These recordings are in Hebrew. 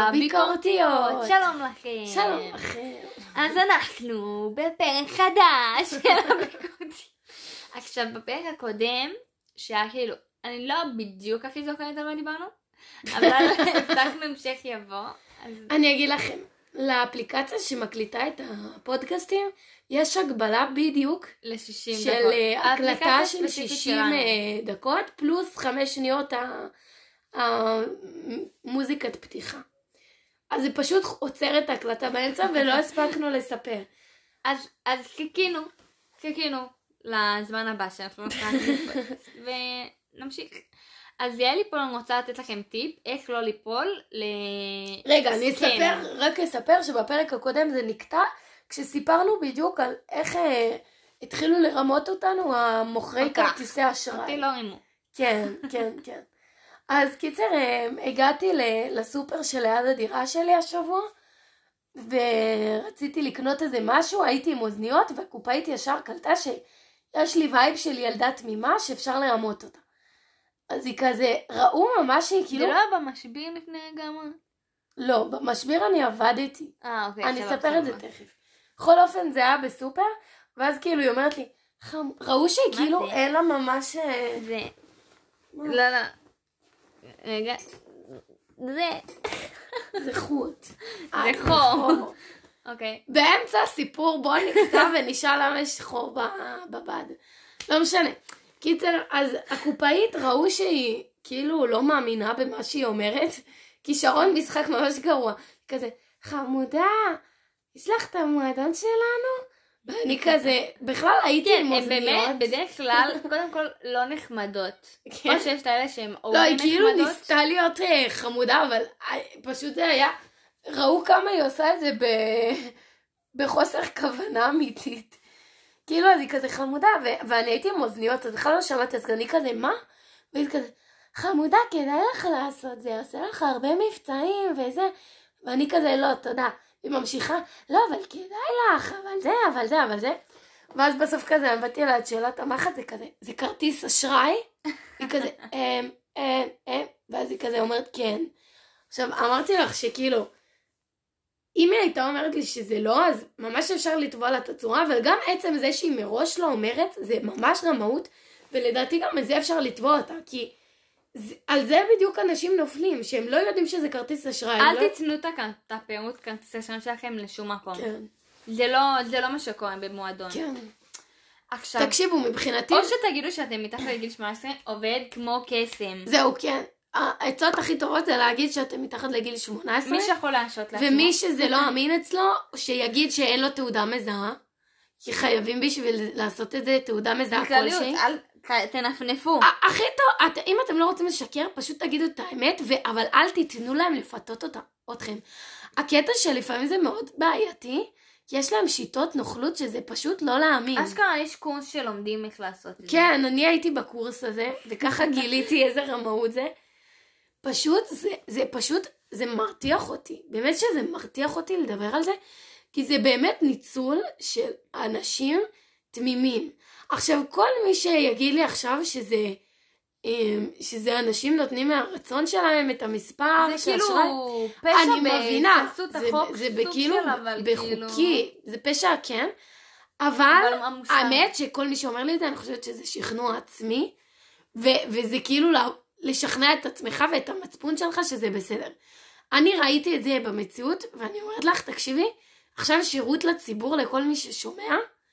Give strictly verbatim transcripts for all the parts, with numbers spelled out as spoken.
הביקורתיות. שלום לכם. שלום לכם. אז אנחנו בפרק חדש של הביקורתיות. עכשיו, בפרק הקודם, שהיה כאילו, אני לא בדיוק הכי זוכרת על מה דיברנו, אבל הבטחנו המשך יבוא. אני אגיד לכם, לאפליקציה שמקליטה את הפודקאסטים, יש הגבלה בדיוק ל-שישים של דקות. הקלטה של שישים דקות, פלוס חמש שניות המוזיקת פתיחה. אז זה פשוט עוצר את ההקלטה באמצע ולא הספקנו לספר. אז, אז חיכינו, חיכינו לזמן הבא שאנחנו נתחיל ונמשיך. אז יהיה לי פה, אני רוצה לתת לכם טיפ, איך לא ליפול ל... רגע, אני אספר, רק אספר שבפרק הקודם זה נקטע, כשסיפרנו בדיוק על איך אה, התחילו לרמות אותנו המוכרי כרטיסי אשראי. אותי לא רימו. כן, כן, כן. אז קיצר, אה, הגעתי לסופר שליד הדירה שלי השבוע, ורציתי לקנות איזה משהו, הייתי עם אוזניות, והקופאית ישר קלטה שיש לי וייב של ילדה תמימה שאפשר לרמות אותה. אז היא כזה, ראו ממש שהיא כאילו... זה לא במשביר לפני גמרי? לא, במשביר אני עבדתי. אה, אוקיי. אני אספר את זה תכף. בכל אופן זה היה בסופר, ואז כאילו היא אומרת לי, ראו שהיא כאילו אין לה ממש... זה... לא, לא. רגע. זה... זה חוט. זה חור. אוקיי. באמצע הסיפור בוא נקטע ונשאל למה יש חור בבד. לא משנה. קיצר, אז הקופאית ראו שהיא כאילו לא מאמינה במה שהיא אומרת, כי שרון משחק ממש גרוע. כזה, חמודה, יש לך את המועדון שלנו? ואני כזה, בכלל הייתי עם אוזניות. כן, הם באמת, בדרך כלל, קודם כל לא נחמדות. או שיש את האלה שהן או לא, נחמדות. היא כאילו ניסתה להיות חמודה, אבל פשוט זה היה, ראו כמה היא עושה את זה בחוסר כוונה אמיתית. כאילו, אז היא כזה חמודה, ו- ואני הייתי עם אוזניות, אז בכלל לא שמעתי, אז אני כזה, מה? והיא כזה, חמודה, כדאי לך לעשות זה, עושה לך הרבה מבצעים וזה, ואני כזה, לא, תודה. היא ממשיכה, לא, אבל כדאי לך, אבל זה, אבל זה, אבל זה. ואז בסוף כזה, אני באתי אליה את שאלת המחת, זה כזה, זה כרטיס אשראי? היא כזה, אמ, אמ, אמ, ואז היא כזה אומרת, כן. עכשיו, אמרתי לך שכאילו, אם היא הייתה אומרת לי שזה לא, אז ממש אפשר לתבוע לה את הצורה, אבל גם עצם זה שהיא מראש לא אומרת, זה ממש רמאות, ולדעתי גם מזה אפשר לתבוע אותה, כי זה, על זה בדיוק אנשים נופלים, שהם לא יודעים שזה כרטיס אשראי. אל לא... תתנו את הפירוט כרטיס אשראי שלכם לשום מקום. כן. זה לא, זה לא מה שקורה במועדון. כן. עכשיו, תקשיבו, מבחינתי... או שתגידו שאתם מתחת לגיל שמונה עשרה, עובד כמו קסם. זהו, כן. העצות הכי טובות זה להגיד שאתם מתחת לגיל שמונה עשרה. מי שיכול להרשות לעצמו. ומי שזה לא אמין אצלו, שיגיד שאין לו תעודה מזהה. כי חייבים בשביל לעשות את זה תעודה מזהה כלשהי. אל תנפנפו. הכי טוב, את, אם אתם לא רוצים לשקר, פשוט תגידו את האמת, ו, אבל אל תיתנו להם לפתות אותה, אתכם. הקטע שלפעמים זה מאוד בעייתי, כי יש להם שיטות נוכלות שזה פשוט לא להאמין. אשכרה יש קורס שלומדים איך לעשות את זה. כן, אני הייתי בקורס הזה, וככה גיליתי איזה רמאות זה. פשוט, זה, זה פשוט, זה מרתיח אותי. באמת שזה מרתיח אותי לדבר על זה, כי זה באמת ניצול של אנשים תמימים. עכשיו, כל מי שיגיד לי עכשיו שזה, שזה אנשים נותנים מהרצון שלהם את המספר, זה כאילו פשע בחסות החוק, זה בכאילו, בחוקי, זה פשע, כן, אבל האמת שכל מי שאומר לי את זה, אני חושבת שזה שכנוע עצמי, וזה כאילו לשכנע את עצמך ואת המצפון שלך שזה בסדר. אני ראיתי את זה במציאות, ואני אומרת לך, תקשיבי, עכשיו שירות לציבור לכל מי ששומע,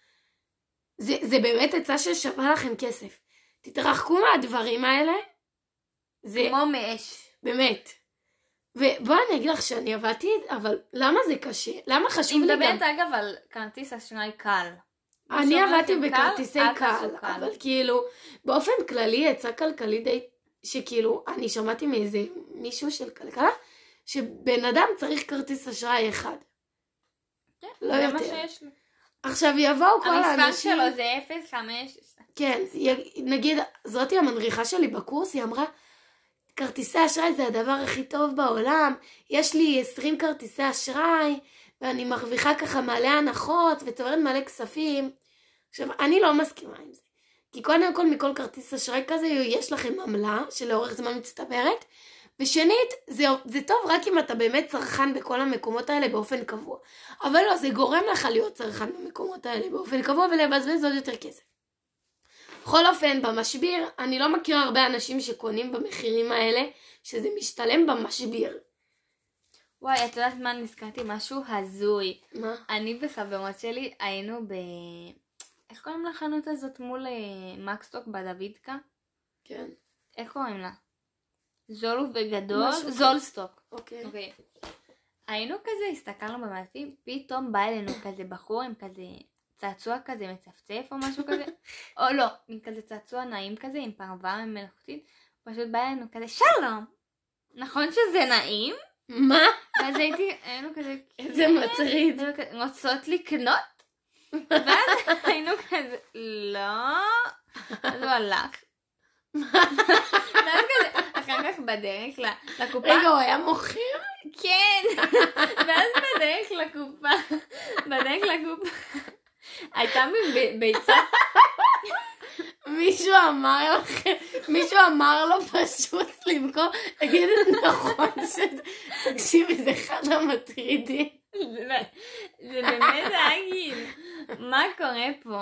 זה, זה באמת עצה ששווה לכם כסף. תתרחקו מהדברים האלה. זה כמו מאש. באמת. ובוא אני אגיד לך שאני עבדתי, אבל למה זה קשה? למה חשוב לי גם... היא מדברת אגב על כרטיס אשראי קל. אני עבדתי בכרטיסי קל, אבל כאילו, באופן כללי עצה כלכלית די, שכאילו, אני שמעתי מאיזה מישהו של כלכלה, שבן אדם צריך כרטיס אשראי אחד. כן, לא זה יותר. מה שיש לי. עכשיו יבואו כל האנשים... המספר שלו זה אפס חמש. כן, נגיד, זאתי המנריחה שלי בקורס, היא אמרה, כרטיסי אשראי זה הדבר הכי טוב בעולם, יש לי עשרים כרטיסי אשראי, ואני מרוויחה ככה מלא הנחות, וצוברת מלא כספים. עכשיו, אני לא מסכימה עם זה. כי קודם כל, מכל כרטיס אשראי כזה, יש לכם עמלה, שלאורך זמן מצטברת, ושנית, זה, זה טוב רק אם אתה באמת צרכן בכל המקומות האלה באופן קבוע. אבל לא, זה גורם לך להיות צרכן במקומות האלה באופן קבוע ולבזבז עוד יותר כסף. בכל אופן, במשביר, אני לא מכיר הרבה אנשים שקונים במחירים האלה, שזה משתלם במשביר. וואי, את יודעת מה, נזכרתי משהו הזוי. מה? אני וחברות שלי היינו ב... איך קוראים לחנות הזאת מול מקסטוק בדוידקה? כן. איך קוראים לה? זול ובגדול? משהו זולסטוק. אוקיי. אוקיי. היינו כזה, הסתכלנו במעטים, פתאום בא אלינו כזה בחור עם כזה צעצוע כזה מצפצף או משהו כזה. או לא, עם כזה צעצוע נעים כזה, עם פרווה מלאכותית. פשוט בא אלינו כזה, שלום! נכון שזה נעים? מה? ואז הייתי, היינו כזה... איזה מצריד. רוצות לקנות? ואז היינו כזה, לא. אז הוא הלך. ואז כזה, אחר כך בדרך לקופה. רגע, הוא היה מוכר? כן. ואז בדרך לקופה, בדרך לקופה, הייתה ביצה. מישהו אמר לכם, מישהו אמר לו פשוט למכור, תגיד את נכון שזה, תקשיבי, זה אחד המטרידים. זה באמת להגיד, מה קורה פה?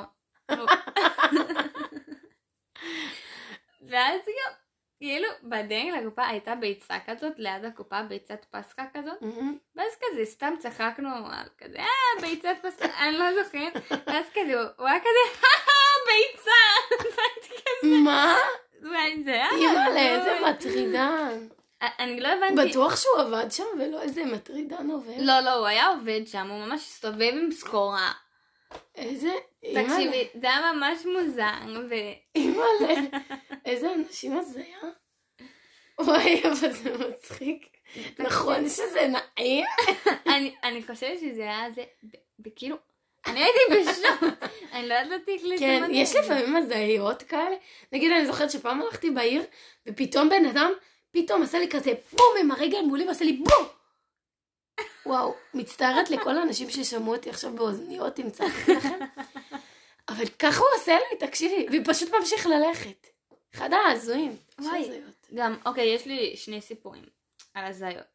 ואז גם, כאילו, בדרך לקופה הייתה ביצה כזאת, ליד הקופה ביצת פסקה כזאת, ואז כזה סתם צחקנו על כזה, אה, ביצת פסקה, אני לא זוכרת, ואז כזה, הוא היה כזה, ביצה! מה? זה היה... אימא'לה, איזה מטרידן. אני לא הבנתי... בטוח שהוא עבד שם ולא איזה מטרידן עובד. לא, לא, הוא היה עובד שם, הוא ממש הסתובב עם סחורה. איזה... תקשיבי, זה היה ממש מוזר, ו... אימא'לה, איזה אנשים הזיה. וואי, אבל זה מצחיק. נכון שזה נעים? אני חושבת שזה היה זה, וכאילו... אני הייתי בשוק, אני לא ידעתי איך לשמוע. כן, יש לפעמים הזיות כאלה. נגיד, אני זוכרת שפעם הלכתי בעיר, ופתאום בן אדם, פתאום עשה לי כזה בום עם הרגל מולי, ועשה לי בום! וואו, מצטערת לכל האנשים ששמעו אותי עכשיו באוזניות, אם צעקתי לכם. אבל ככה הוא עושה לי, תקשיבי, ופשוט ממשיך ללכת. אחד ההזויים. וואי, גם, אוקיי, יש לי שני סיפורים על הזיות.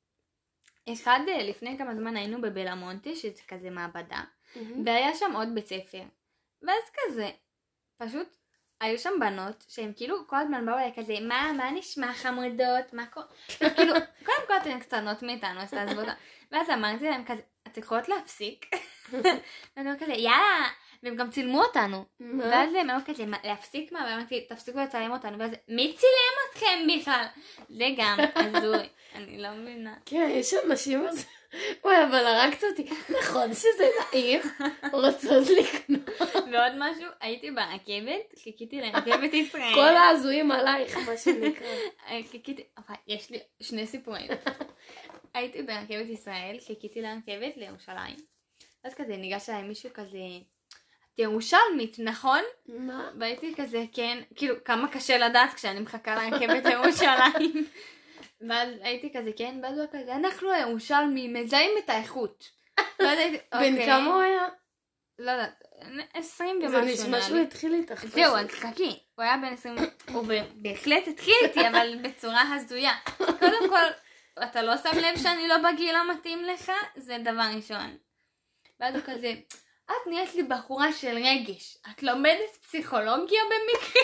אחד, לפני כמה זמן היינו בבלמונטה, שזה כזה מעבדה. והיה שם עוד בית ספר. ואז כזה, פשוט, היו שם בנות, שהן כאילו כל הזמן באו אליי כזה, מה, מה נשמע חמודות, מה קורה? כאילו, קודם כל אתן קטנות מאיתנו, אז תעזבו אותה. ואז אמרתי להם כזה, את יכולות להפסיק? ואני אומרת כזה, יאללה, והם גם צילמו אותנו. ואז הם אמרו כזה, להפסיק מה? ואמרתי, תפסיקו לצלם אותנו. ואז, מי צילם אתכם בכלל? זה גם הזוי, אני לא מבינה. כן, יש אנשים הזה. וואי, אבל הרגת אותי. נכון שזה נעים, רוצות לקנות. ועוד משהו, הייתי ברכבת, חיכיתי לרכבת ישראל. כל ההזויים עלייך, מה שנקרא. חיכיתי, אבל יש לי שני סיפורים. הייתי ברכבת ישראל, חיכיתי לרכבת לירושלים. אז כזה ניגש אליי מישהו כזה, את ירושלמית, נכון? מה? והייתי כזה, כן, כאילו, כמה קשה לדעת כשאני מחכה לרכבת לירושלים. ואז הייתי כזה, כן, ואז הוא כזה, אנחנו הירושלמים, מזהים את האיכות. בן כמה הוא היה? לא יודעת, עשרים ומשהו. זה נשמע שהוא התחיל איתך. זהו, אז חכי, הוא היה בן עשרים, הוא בהחלט התחיל איתי, אבל בצורה הזויה. קודם כל, אתה לא שם לב שאני לא בגיל המתאים לך? זה דבר ראשון. ואז הוא כזה, את נהיית לי בחורה של רגש, את לומדת פסיכולוגיה במקרה?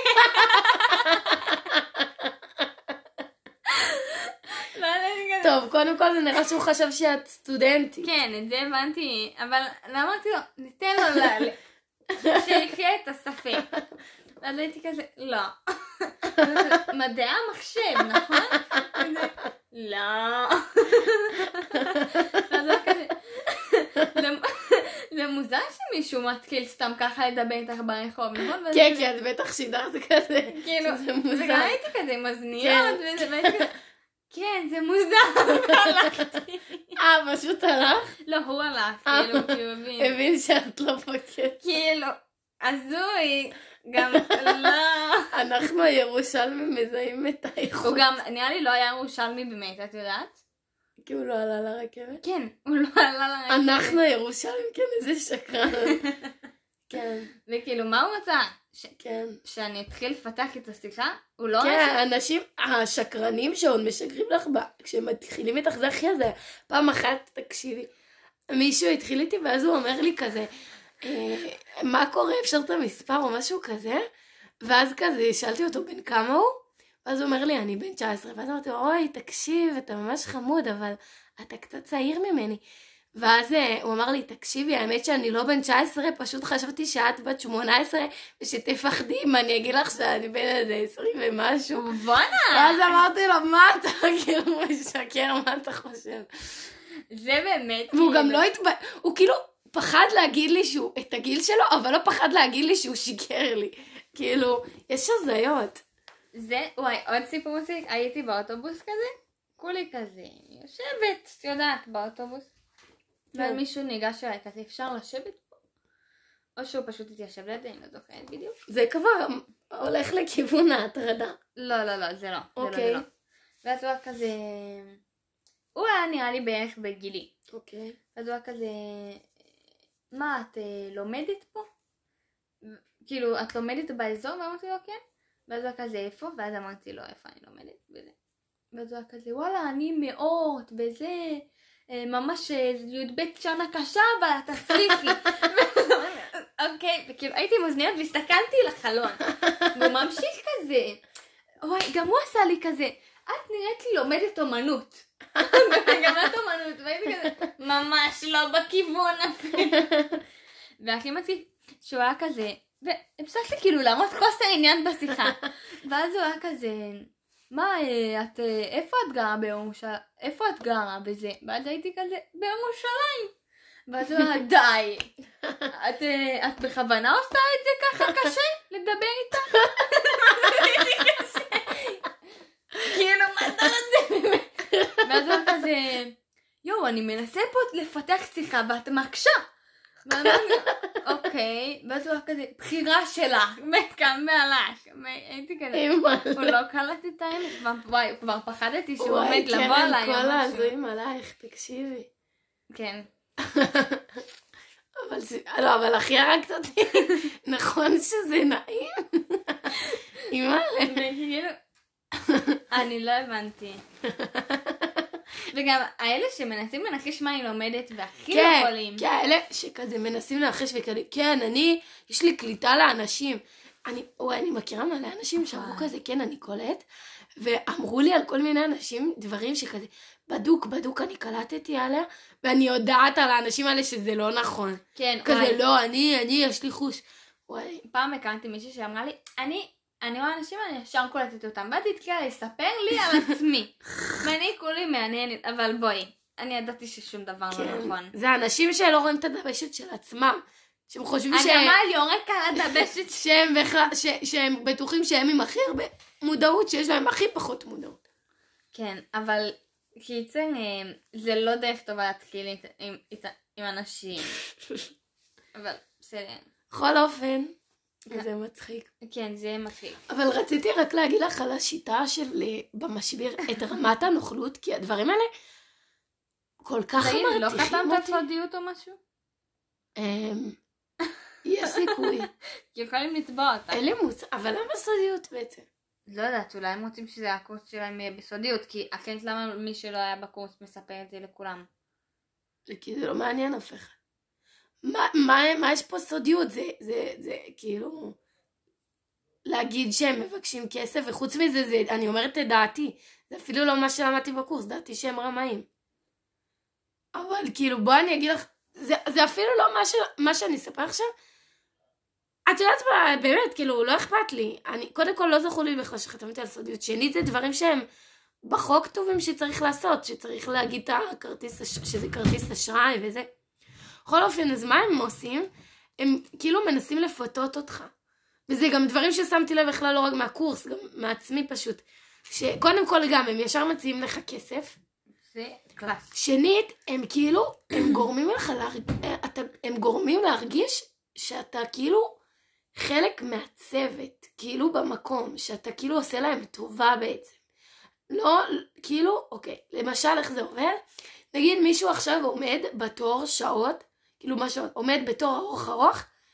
טוב, קודם כל זה נראה שהוא חשב שאת סטודנטית. כן, את זה הבנתי, אבל אמרתי לו, ניתן לו לעלה, שיחיה את הספק. ואז הייתי כזה, לא. מדעי המחשב, נכון? לא. ואז הוא כזה, זה מוזר שמישהו מתחיל סתם ככה לדבר איתך ברחוב, נכון? כן, כן, בטח שידרת כזה. כאילו, וגם הייתי כזה עם אוזניות, והייתי כזה, כן, זה מוזר, והלכתי. אה, פשוט הלך? לא, הוא הלך, כאילו, כי הוא הבין. הבין שאת לא בקטע. כאילו, הזוי, גם, לא. אנחנו הירושלמים מזהים את האיכות. הוא גם, נראה לי לא היה ירושלמי באמת, את יודעת? כי הוא לא עלה לרכבת? כן, הוא לא עלה לרכבת. אנחנו הירושלמים, כן, איזה שקרן. כן. וכאילו, מה הוא רצה? ש... כן. שאני אתחיל לפתח את השיחה, הוא לא... כן, האנשים, השקרנים שעוד משקרים לך, כשהם מתחילים איתך זה הכי הזה. פעם אחת, תקשיבי, מישהו התחיל איתי ואז הוא אומר לי כזה, מה קורה, אפשר את המספר או משהו כזה? ואז כזה, שאלתי אותו בן כמה הוא? ואז הוא אומר לי, אני בן תשע עשרה, ואז אמרתי, אוי, תקשיב, אתה ממש חמוד, אבל אתה קצת צעיר ממני. ואז הוא אמר לי, תקשיבי, האמת שאני לא בן תשע עשרה, פשוט חשבתי שאת בת שמונה עשרה, ושתפחדי אם אני אגיד לך שאני בן איזה עשרים ומשהו. בונה! ואז אמרתי לו, מה אתה כאילו משקר, מה אתה חושב? זה באמת... והוא גם לא התבא... הוא כאילו פחד להגיד לי שהוא את הגיל שלו, אבל לא פחד להגיד לי שהוא שיקר לי. כאילו, יש הזיות. זה, וואי, עוד סיפור מסיק, הייתי באוטובוס כזה, כולי כזה, יושבת, יודעת, באוטובוס. ואז מישהו ניגש אליי כזה, אפשר לשבת פה? או שהוא פשוט התיישב לידי, אני לא זוכרת בדיוק. זה כבר הולך לכיוון ההטרדה. לא, לא, לא, זה לא. אוקיי. זה לא, זה לא. ואז הוא היה כזה... הוא היה נראה לי בערך בגילי. אוקיי. ואז הוא היה כזה... מה, את לומדת פה? כאילו, את לומדת באזור? ואמרתי לו, כן. ואז הוא היה כזה, איפה? ואז אמרתי לו, איפה אני לומדת? וזה. ואז הוא היה כזה, וואלה, אני מאות, וזה... ממש י"ב שנה קשה, אבל את תצליחי. אוקיי, וכאילו הייתי עם אוזניות והסתכלתי לחלון. והוא ממשיך כזה. וואי, גם הוא עשה לי כזה, את נראית לי לומדת אומנות. מגמת אומנות, והייתי כזה, ממש לא בכיוון אפילו. והכי מצחיק שהוא היה כזה, והמשכתי כאילו לעמוד חוסר עניין בשיחה. ואז הוא היה כזה... מה, את, איפה את גרה בירושלים? איפה את גרה בזה? ואז הייתי כזה, בירושלים. ואז הוא אמר, די. את, את בכוונה עושה את זה ככה קשה? לדבר איתך? הייתי כזה. כאילו, מה אתה רוצה? ואז הוא אמר כזה, יואו, אני מנסה פה לפתח שיחה ואת מקשה. ואמרתי, אוקיי, ואז הוא היה כזה, בחירה שלך, מקם והלך, והייתי כזה, הוא לא קלט את האמת, וואי, כבר פחדתי שהוא עומד לבוא עליי. וואי, קרן, כל הזויים עלייך, תקשיבי. כן. אבל זה, לא, אבל הכי הרגת אותי, נכון שזה נעים? אימא וכאילו, אני לא הבנתי. וגם האלה שמנסים לנחש מה היא לומדת והכי לא יכולים. כן, האלה שכזה מנסים לנחש וכזה, כן, אני, יש לי קליטה לאנשים. אני, וואי, אני מכירה מלא אנשים שאמרו כזה, כן, אני קולט, ואמרו לי על כל מיני אנשים דברים שכזה, בדוק, בדוק, אני קלטתי עליה, ואני יודעת על האנשים האלה שזה לא נכון. כן, כזה, וואי. לא, אני, אני, יש לי חוש. וואי. פעם הכרתי מישהי שאמרה לי, אני... אני רואה אנשים, אני ישר קולטת אותם, ואז התחילה לספר לי על עצמי. ואני כולי מעניינת, אבל בואי, אני ידעתי ששום דבר לא נכון. זה אנשים שלא רואים את הדבשת של עצמם, שהם חושבים ש... הגמל יורק על הדבשת שהם, בכלל, ש... שהם בטוחים שהם עם הכי הרבה מודעות, שיש להם הכי פחות מודעות. כן, אבל קיצר, זה לא דרך טובה להתחיל עם, עם, עם, עם אנשים. אבל בסדר. בכל אופן. וזה מצחיק. כן, זה מצחיק. אבל רציתי רק להגיד לך על השיטה של במשבר את רמת הנוכלות, כי הדברים האלה כל כך מרתיחים אותי. לא חתמת סודיות או משהו? יש סיכוי. כי יכולים לתבוע אותה. אין לי מוצא, אבל למה סודיות בעצם? לא יודעת, אולי הם רוצים שזה הקורס שלהם יהיה בסודיות, כי אחרת למה מי שלא היה בקורס מספר את זה לכולם? כי זה לא מעניין אף אחד. מה, מה, מה יש פה סודיות? זה, זה, זה כאילו להגיד שהם מבקשים כסף, וחוץ מזה, זה, אני אומרת את דעתי, זה אפילו לא מה שלמדתי בקורס, דעתי שהם רמאים. אבל כאילו, בוא אני אגיד לך, זה, זה אפילו לא מה, ש, מה שאני אספר עכשיו, את יודעת מה, באמת, כאילו, לא אכפת לי. אני, קודם כל לא זכו לי בכלל שחתמתי על סודיות. שנית, זה דברים שהם בחוק טובים שצריך לעשות, שצריך להגיד את הכרטיס, שזה כרטיס אשראי וזה. בכל אופן, אז מה הם עושים? הם כאילו מנסים לפתות אותך. וזה גם דברים ששמתי לב בכלל לא רק מהקורס, גם מעצמי פשוט. שקודם כל גם, הם ישר מציעים לך כסף. זה קלאס. שנית, הם כאילו, הם גורמים לך, להרג... אתה, הם גורמים להרגיש שאתה כאילו חלק מהצוות, כאילו במקום, שאתה כאילו עושה להם טובה בעצם. לא, כאילו, אוקיי, למשל איך זה עובד? נגיד מישהו עכשיו עומד בתור שעות, כאילו משהו, עומד בתור ארוך ארוך,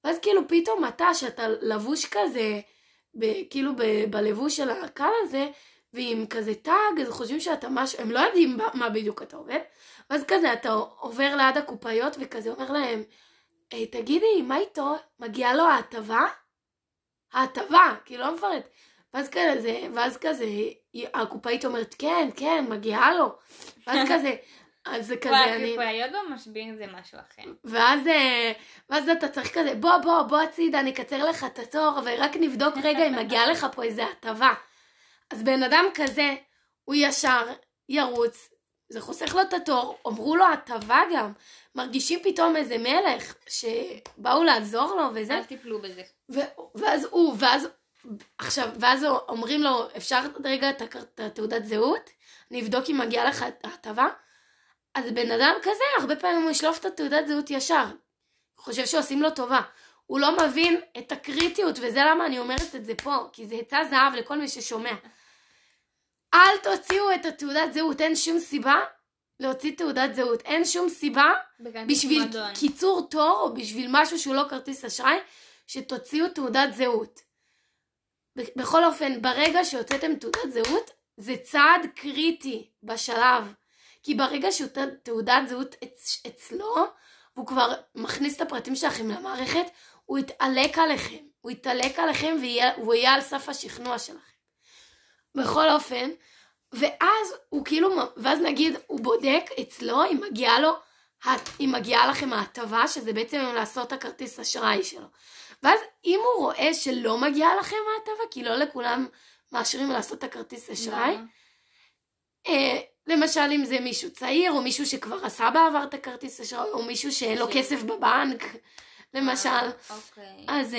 ואז כאילו פתאום אתה, שאתה לבוש כזה, ב, כאילו ב, בלבוש של הקהל הזה, ועם כזה טאג, אז חושבים שאתה משהו, הם לא יודעים מה בדיוק אתה עובד, ואז כזה אתה עובר ליד הקופאיות, וכזה אומר להם, "היי, תגידי, מה איתו? מגיעה לו ההטבה?" ההטבה, כאילו לא מפרט. ואז כזה, ואז כזה, הקופאית אומרת, כן, כן, מגיעה לו. ואז כזה, אז זה כזה, אני... הקופאיות במשבר זה משהו אחר. ואז, ואז אתה צריך כזה, בוא, בוא, בוא הצידה, אני אקצר לך את התור, ורק נבדוק רגע אם מגיעה לך פה איזה הטבה. אז בן אדם כזה, הוא ישר ירוץ, זה חוסך לו את התור, אמרו לו הטבה גם, מרגישים פתאום איזה מלך, שבאו לעזור לו וזה. אל תיפלו בזה. ו- ואז הוא, ואז, עכשיו, ואז אומרים לו, אפשר רגע את התעודת זהות? אני אבדוק אם מגיעה לך הטבה? אז בן אדם כזה, הרבה פעמים הוא ישלוף את התעודת זהות ישר. הוא חושב שעושים לו טובה. הוא לא מבין את הקריטיות, וזה למה אני אומרת את זה פה, כי זה עצה זהב לכל מי ששומע. אל תוציאו את התעודת זהות, אין שום סיבה להוציא תעודת זהות. אין שום סיבה בשביל מדון. קיצור תור, או בשביל משהו שהוא לא כרטיס אשראי, שתוציאו תעודת זהות. בכל אופן, ברגע שהוצאתם תעודת זהות, זה צעד קריטי בשלב. כי ברגע שתעודת זהות אצ... אצלו, והוא כבר מכניס את הפרטים שלכם למערכת, הוא יתעלק עליכם. הוא יתעלק עליכם והוא יהיה על סף השכנוע שלכם. בכל אופן, ואז הוא כאילו, ואז נגיד, הוא בודק אצלו אם מגיעה לו, אם מגיעה לכם ההטבה, שזה בעצם לעשות הכרטיס אשראי שלו. ואז אם הוא רואה שלא מגיעה לכם ההטבה, כי לא לכולם מאשרים לעשות את הכרטיס אשראי, אה, למשל אם זה מישהו צעיר, או מישהו שכבר עשה בעבר את הכרטיס אשראי, או מישהו שאין לו כסף בבנק, למשל. אז,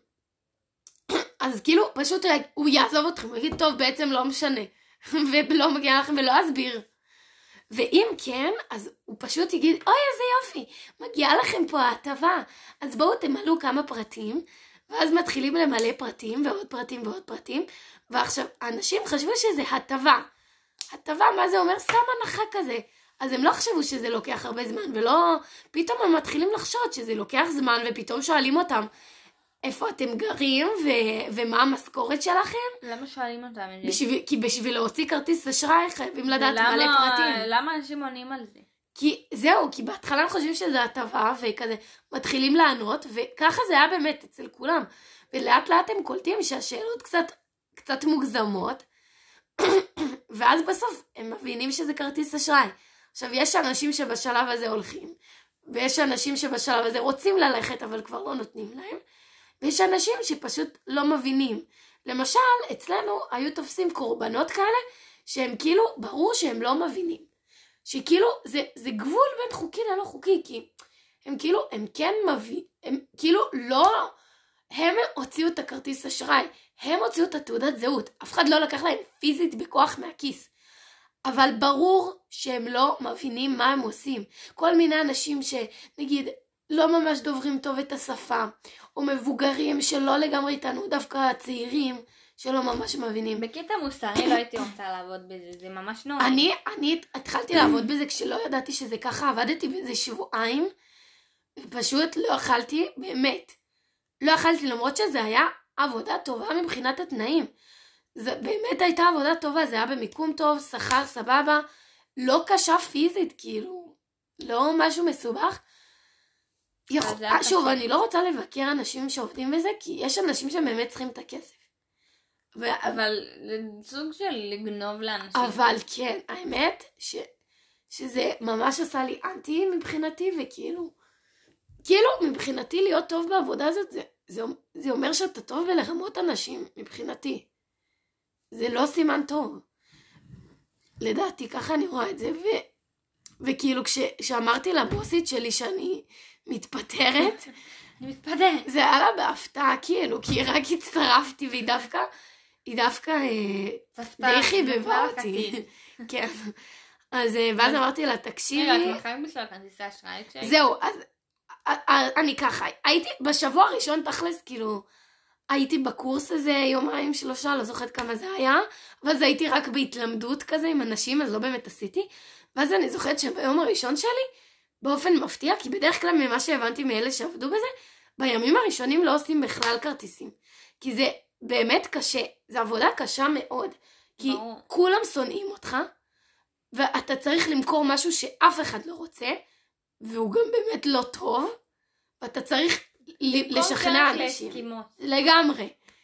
אז כאילו, פשוט הוא יעזוב אתכם, הוא יגיד, טוב, בעצם לא משנה, ולא מגיע לכם ולא אסביר. ואם כן, אז הוא פשוט יגיד, אוי, איזה יופי, מגיעה לכם פה ההטבה, אז בואו תמלאו כמה פרטים, ואז מתחילים למלא פרטים, ועוד פרטים ועוד פרטים, ועכשיו, אנשים חשבו שזה הטבה. הטבה, מה זה אומר? סתם הנחה כזה. אז הם לא חשבו שזה לוקח הרבה זמן, ולא, פתאום הם מתחילים לחשוד שזה לוקח זמן, ופתאום שואלים אותם, איפה אתם גרים, ו- ומה המשכורת שלכם? למה שואלים אותם? בשביל, כי בשביל להוציא כרטיס אשראי, חייבים לדעת למה, מלא פרטים. למה אנשים עונים על זה? כי זהו, כי בהתחלה הם חושבים שזה הטבה, וכזה מתחילים לענות, וככה זה היה באמת אצל כולם. ולאט לאט הם קולטים שהשאלות קצת, קצת מוגזמות, ואז בסוף הם מבינים שזה כרטיס אשראי. עכשיו, יש אנשים שבשלב הזה הולכים, ויש אנשים שבשלב הזה רוצים ללכת, אבל כבר לא נותנים להם, ויש אנשים שפשוט לא מבינים. למשל, אצלנו היו תופסים קורבנות כאלה, שהם כאילו, ברור שהם לא מבינים. שכאילו, זה, זה גבול בין חוקי ללא חוקי, כי הם כאילו, הם כן מבינים, הם כאילו לא, הם הוציאו את הכרטיס אשראי, הם הוציאו את התעודת זהות, אף אחד לא לקח להם פיזית בכוח מהכיס. אבל ברור שהם לא מבינים מה הם עושים. כל מיני אנשים שנגיד לא ממש דוברים טוב את השפה, או מבוגרים שלא לגמרי איתנו, דווקא צעירים שלא ממש מבינים. בקטע מוסרי לא הייתי רוצה לעבוד בזה, זה ממש נורא. אני, אני התחלתי לעבוד בזה כשלא ידעתי שזה ככה, עבדתי בזה שבועיים, ופשוט לא אכלתי, באמת. לא אכלתי למרות שזה היה עבודה טובה מבחינת התנאים. זה באמת הייתה עבודה טובה, זה היה במיקום טוב, שכר סבבה, לא קשה פיזית, כאילו, לא משהו מסובך. יכול... שוב, אני לא רוצה לבקר אנשים שעובדים בזה, כי יש אנשים שבאמת צריכים את הכסף. ו... אבל זה סוג של לגנוב לאנשים. אבל כן, האמת ש... שזה ממש עשה לי אנטי מבחינתי, וכאילו, כאילו מבחינתי להיות טוב בעבודה הזאת, זה, זה, זה אומר שאתה טוב בלרמות אנשים, מבחינתי. זה לא סימן טוב. לדעתי, ככה אני רואה את זה, ו... וכאילו כשאמרתי לבוסית שלי שאני מתפטרת, אני מתפטרת. זה היה לה בהפתעה, כאילו, כי רק הצטרפתי, והיא דווקא, היא דווקא די חיבבה אותי. כן. אז ואז אמרתי לה, תקשיבי. רגע, את מחיים בשביל כרטיסי אשראי? זהו, אז אני ככה, הייתי בשבוע הראשון תכלס, כאילו, הייתי בקורס הזה יומיים שלושה, לא זוכרת כמה זה היה, ואז הייתי רק בהתלמדות כזה עם אנשים, אז לא באמת עשיתי, ואז אני זוכרת שביום הראשון שלי, באופן מפתיע, כי בדרך כלל ממה שהבנתי מאלה שעבדו בזה, בימים הראשונים לא עושים בכלל כרטיסים. כי זה באמת קשה, זה עבודה קשה מאוד. כי ברור. כולם שונאים אותך, ואתה צריך למכור משהו שאף אחד לא רוצה, והוא גם באמת לא טוב, ואתה צריך לשכנע אנשים. לאסקימוס. לגמרי.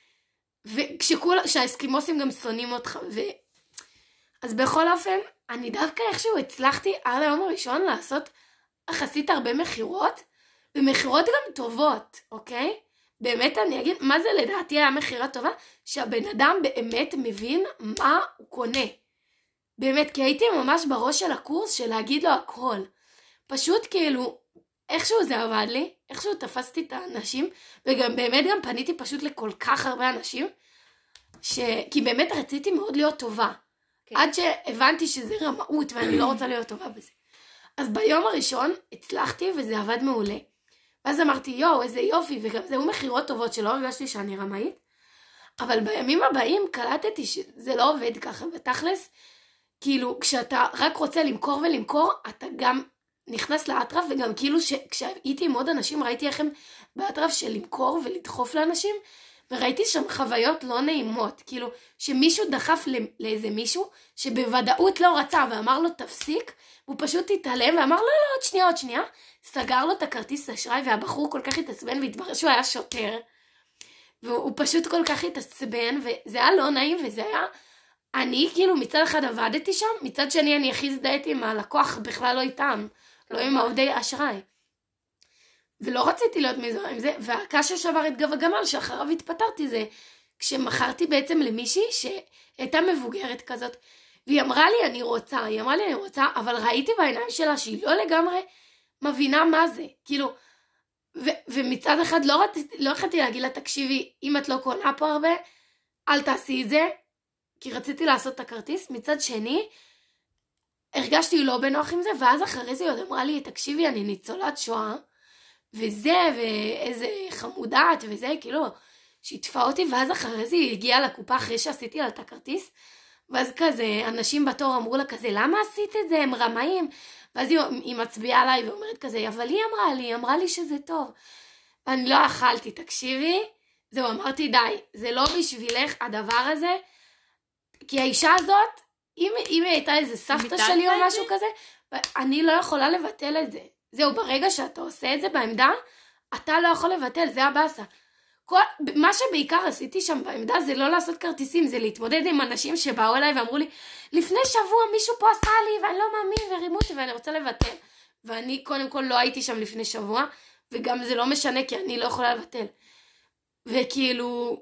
וכשהאסקימוסים גם שונאים אותך. ו... אז בכל אופן, אני דווקא איכשהו הצלחתי על היום הראשון לעשות יחסית הרבה מחירות, ומחירות גם טובות, אוקיי? באמת אני אגיד, מה זה לדעתי היה מחירה טובה? שהבן אדם באמת מבין מה הוא קונה. באמת, כי הייתי ממש בראש של הקורס של להגיד לו הכל. פשוט כאילו, איכשהו זה עבד לי, איכשהו תפסתי את האנשים, וגם באמת גם פניתי פשוט לכל כך הרבה אנשים, ש... כי באמת רציתי מאוד להיות טובה. Okay. עד שהבנתי שזה רמאות ואני לא רוצה להיות טובה בזה. אז ביום הראשון הצלחתי וזה עבד מעולה. ואז אמרתי, יואו, איזה יופי, וגם זהו מחירות טובות שלא הרגשתי שאני רמאית. אבל בימים הבאים קלטתי שזה לא עובד ככה, ותכלס, כאילו, כשאתה רק רוצה למכור ולמכור, אתה גם נכנס לאטרף, וגם כאילו שכשהייתי עם עוד אנשים, ראיתי איך הם באטרף של למכור ולדחוף לאנשים, וראיתי שם חוויות לא נעימות, כאילו, שמישהו דחף לאיזה מישהו, שבוודאות לא רצה, ואמר לו תפסיק, הוא פשוט התעלם, ואמר לו, לא, עוד שנייה, עוד שנייה, סגר לו את הכרטיס אשראי, והבחור כל כך התעצבן, והתברר שהוא היה שוטר, והוא פשוט כל כך התעצבן, וזה היה לא נעים, וזה היה, אני כאילו מצד אחד עבדתי שם, מצד שני אני הכי הזדהיתי עם הלקוח, בכלל לא איתם, לא עם העובדי אשראי. ולא רציתי להיות מזוהה עם זה, והקש ששבר את גב הגמל שאחריו התפטרתי זה, כשמכרתי בעצם למישהי שהייתה מבוגרת כזאת, והיא אמרה לי אני רוצה, היא אמרה לי אני רוצה, אבל ראיתי בעיניים שלה שהיא לא לגמרי מבינה מה זה, כאילו, ו- ומצד אחד לא רציתי, לא יכולתי להגיד לה תקשיבי, אם את לא קונה פה הרבה, אל תעשי את זה, כי רציתי לעשות את הכרטיס, מצד שני, הרגשתי לא בנוח עם זה, ואז אחרי זה היא עוד אמרה לי תקשיבי אני ניצולת שואה, וזה, ואיזה חמודת, וזה, כאילו, שיתפה אותי, ואז אחרי זה היא הגיעה לקופה אחרי שעשיתי לה את הכרטיס, ואז כזה, אנשים בתור אמרו לה כזה, למה עשית את זה, הם רמאים, ואז היא, היא מצביעה עליי ואומרת כזה, אבל היא אמרה לי, היא אמרה לי שזה טוב, ואני לא אכלתי, תקשיבי, זהו, אמרתי די, זה לא בשבילך הדבר הזה, כי האישה הזאת, אם, אם היא הייתה איזה סבתא שלי או משהו כזה, אני לא יכולה לבטל את זה. זהו, ברגע שאתה עושה את זה בעמדה, אתה לא יכול לבטל, זה הבאסה. כל, מה שבעיקר עשיתי שם בעמדה זה לא לעשות כרטיסים, זה להתמודד עם אנשים שבאו אליי ואמרו לי, לפני שבוע מישהו פה עשה לי ואני לא מאמין ורימו אותי ואני רוצה לבטל. ואני קודם כל לא הייתי שם לפני שבוע, וגם זה לא משנה כי אני לא יכולה לבטל. וכאילו,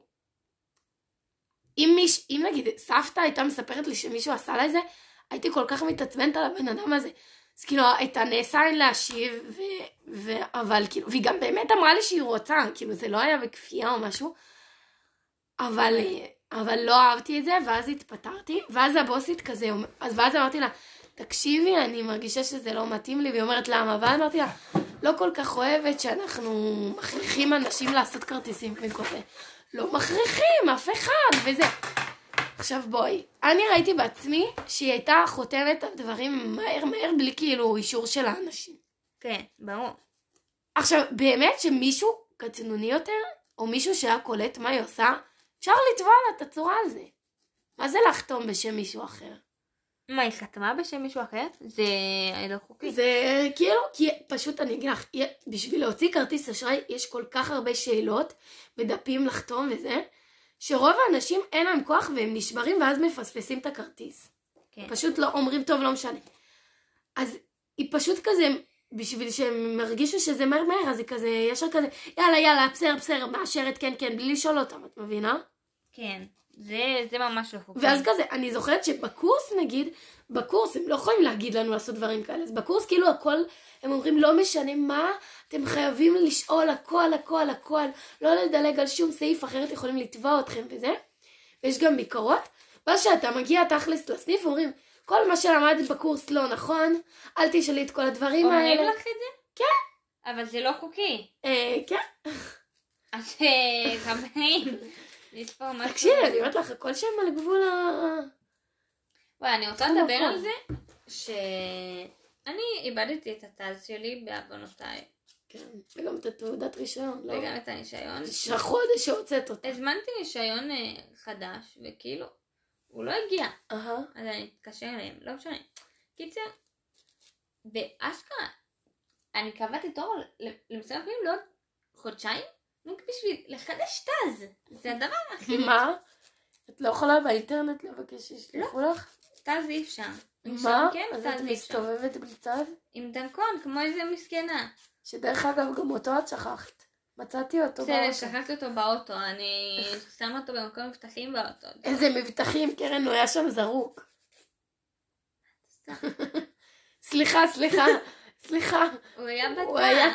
אם, מיש, אם נגיד סבתא הייתה מספרת לי שמישהו עשה לה את זה, הייתי כל כך מתעצבנת על הבן אדם הזה. אז כאילו, הייתה נעשה אין להשיב, ו, ו, אבל כאילו, והיא גם באמת אמרה לי שהיא רוצה, כאילו זה לא היה בכפייה או משהו, אבל, אבל לא אהבתי את זה, ואז התפטרתי, ואז הבוסית כזה, אז ואז אמרתי לה, תקשיבי, אני מרגישה שזה לא מתאים לי, והיא אומרת למה, ואז אמרתי לה, לא כל כך אוהבת שאנחנו מכריחים אנשים לעשות כרטיסים כזה, לא מכריחים, אף אחד, וזה. עכשיו בואי, אני ראיתי בעצמי שהיא הייתה חותמת על דברים מהר מהר בלי כאילו אישור של האנשים. כן, ברור. עכשיו, באמת שמישהו קטנוני יותר, או מישהו שהיה קולט מה היא עושה, אפשר לתבוע לה את הצורה על זה. מה זה לחתום בשם מישהו אחר? מה, היא חתמה בשם מישהו אחר? זה לא חוקי. זה כאילו, כי פשוט אני אגיד לך, בשביל להוציא כרטיס אשראי יש כל כך הרבה שאלות ודפים לחתום וזה, שרוב האנשים אין להם כוח והם נשברים ואז מפספסים את הכרטיס. כן. פשוט לא אומרים טוב, לא משנה. אז היא פשוט כזה, בשביל שהם מרגישו שזה מהר מהר, אז היא כזה, ישר כזה, יאללה יאללה, בסדר בסדר, מאשרת, כן כן, בלי לשאול אותם, את מבינה? כן, זה, זה ממש לא חוקי. ואז כזה, אני זוכרת שבקורס נגיד, בקורס הם לא יכולים להגיד לנו לעשות דברים כאלה, אז בקורס כאילו הכל, הם אומרים לא משנה מה, אתם חייבים לשאול הכל הכל הכל, לא לדלג על שום סעיף, אחרת יכולים לתבוע אתכם וזה, ויש גם ביקורות, ואז שאתה מגיע תכלס לסניף, אומרים, כל מה שלמדת בקורס לא נכון, אל תשאלי את כל הדברים האלה. אומרים לך את זה? כן. אבל זה לא חוקי. אה, כן. אז חברים, יש פה משהו... תקשיבי, אני אומרת לך, הכל שם על גבול ה... וואי, אני רוצה לדבר על זה, שאני איבדתי את הטאז שלי בעוונותיי. כן, וגם את התעודת רישיון, לא? וגם את הרישיון. חודש שהוצאת אותה. הזמנתי רישיון אה, חדש, וכאילו, הוא לא הגיע. אהה. אז אני אתקשר אליהם, לא משנה. קיצר, באשכרה, אני קבעתי תור למשרד הפנים לעוד חודשיים, רק בשביל לחדש תז. זה הדבר הכי... מה? את לא יכולה באינטרנט לבקש שישלחו לך? תז אי אפשר. מה? כן, אז תז את אי אפשר. מסתובבת בלי תז? עם דרכון, כמו איזה מסכנה. שדרך אגב גם אותו את שכחת. מצאתי אותו בסדר, באוטו. שכחתי אותו באוטו, אני שמה אותו במקום מבטחים באוטו. איזה מבטחים, קרן, הוא היה שם זרוק. סליחה, סליחה, סליחה. הוא היה בתא. הוא היה...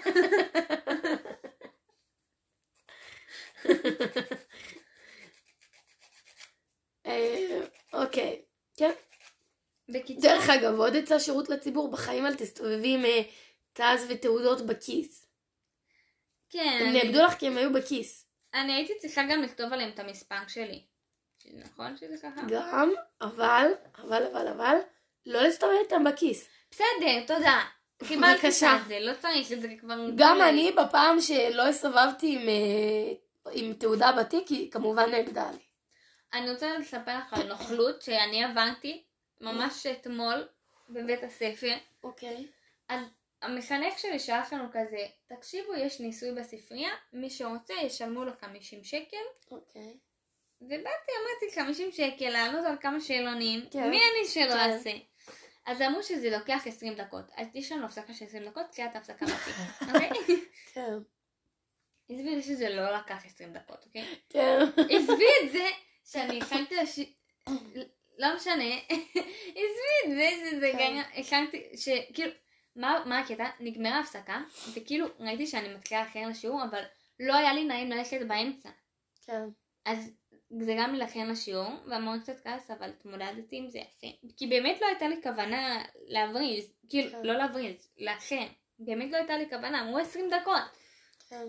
אוקיי, כן. בקיצור, דרך אגב, עוד יצא שירות לציבור, בחיים אל תסתובבי עם תז ותעודות בכיס. כן, הם אני- נאבדו לך כי הם היו בכיס. אני הייתי צריכה גם לכתוב עליהם את המספר שלי. נכון שזה ככה? גם, אבל, אבל, אבל, אבל, לא להסתובב איתם בכיס. בסדר, תודה. קיבלתי בבקשה. את זה, לא צריך שזה כבר... גם אני בפעם שלא הסתובבתי עם, אה, עם תעודה בתיק, היא כמובן נאבדה לי. אני רוצה לספר לך על נוכלות שאני עברתי ממש אתמול בבית הספר. אוקיי. אז המחנך שלי שלח לנו כזה, תקשיבו, יש ניסוי בספרייה, מי שרוצה ישלמו לו חמישים שקל. אוקיי. ובאתי, אמרתי חמישים שקל, לענות על כמה שאלונים, כן. מי אני שלא כן. אעשה? אז אמרו שזה לוקח עשרים דקות, אז יש לנו הפסקה של עשרים דקות, תחילת ההפסקה מתאים, אוקיי? כן. עזבי את זה שזה לא לקח עשרים דקות, אוקיי? כן. עזבי את זה שאני הכנתי לש... לא משנה, עזבי את זה שזה כן. גם הכנתי, שכאילו, מה, מה הקטע? נגמרה ההפסקה, וכאילו ראיתי שאני מתחילה אחר לשיעור, אבל לא היה לי נעים ללכת באמצע. כן. אז זה גם לכן לשיעור, והמון קצת כעס, אבל התמודדתי עם זה יפה. כי באמת לא הייתה לי כוונה להבריז, כאילו, כן. לא להבריז, לכן. באמת לא הייתה לי כוונה, אמרו עשרים דקות. כן.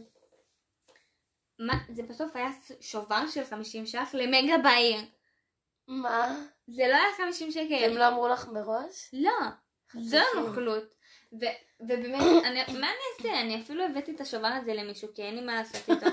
מה, זה בסוף היה שובר של חמישים ש"ח למגה בעיר. מה? זה לא היה חמישים שקל. הם לא אמרו לך מראש? לא, זו חצופים. הנוכלות. ו- ובאמת, אני, מה אני אעשה? אני אפילו הבאתי את השובר הזה למישהו, כי אין לי מה לעשות איתו.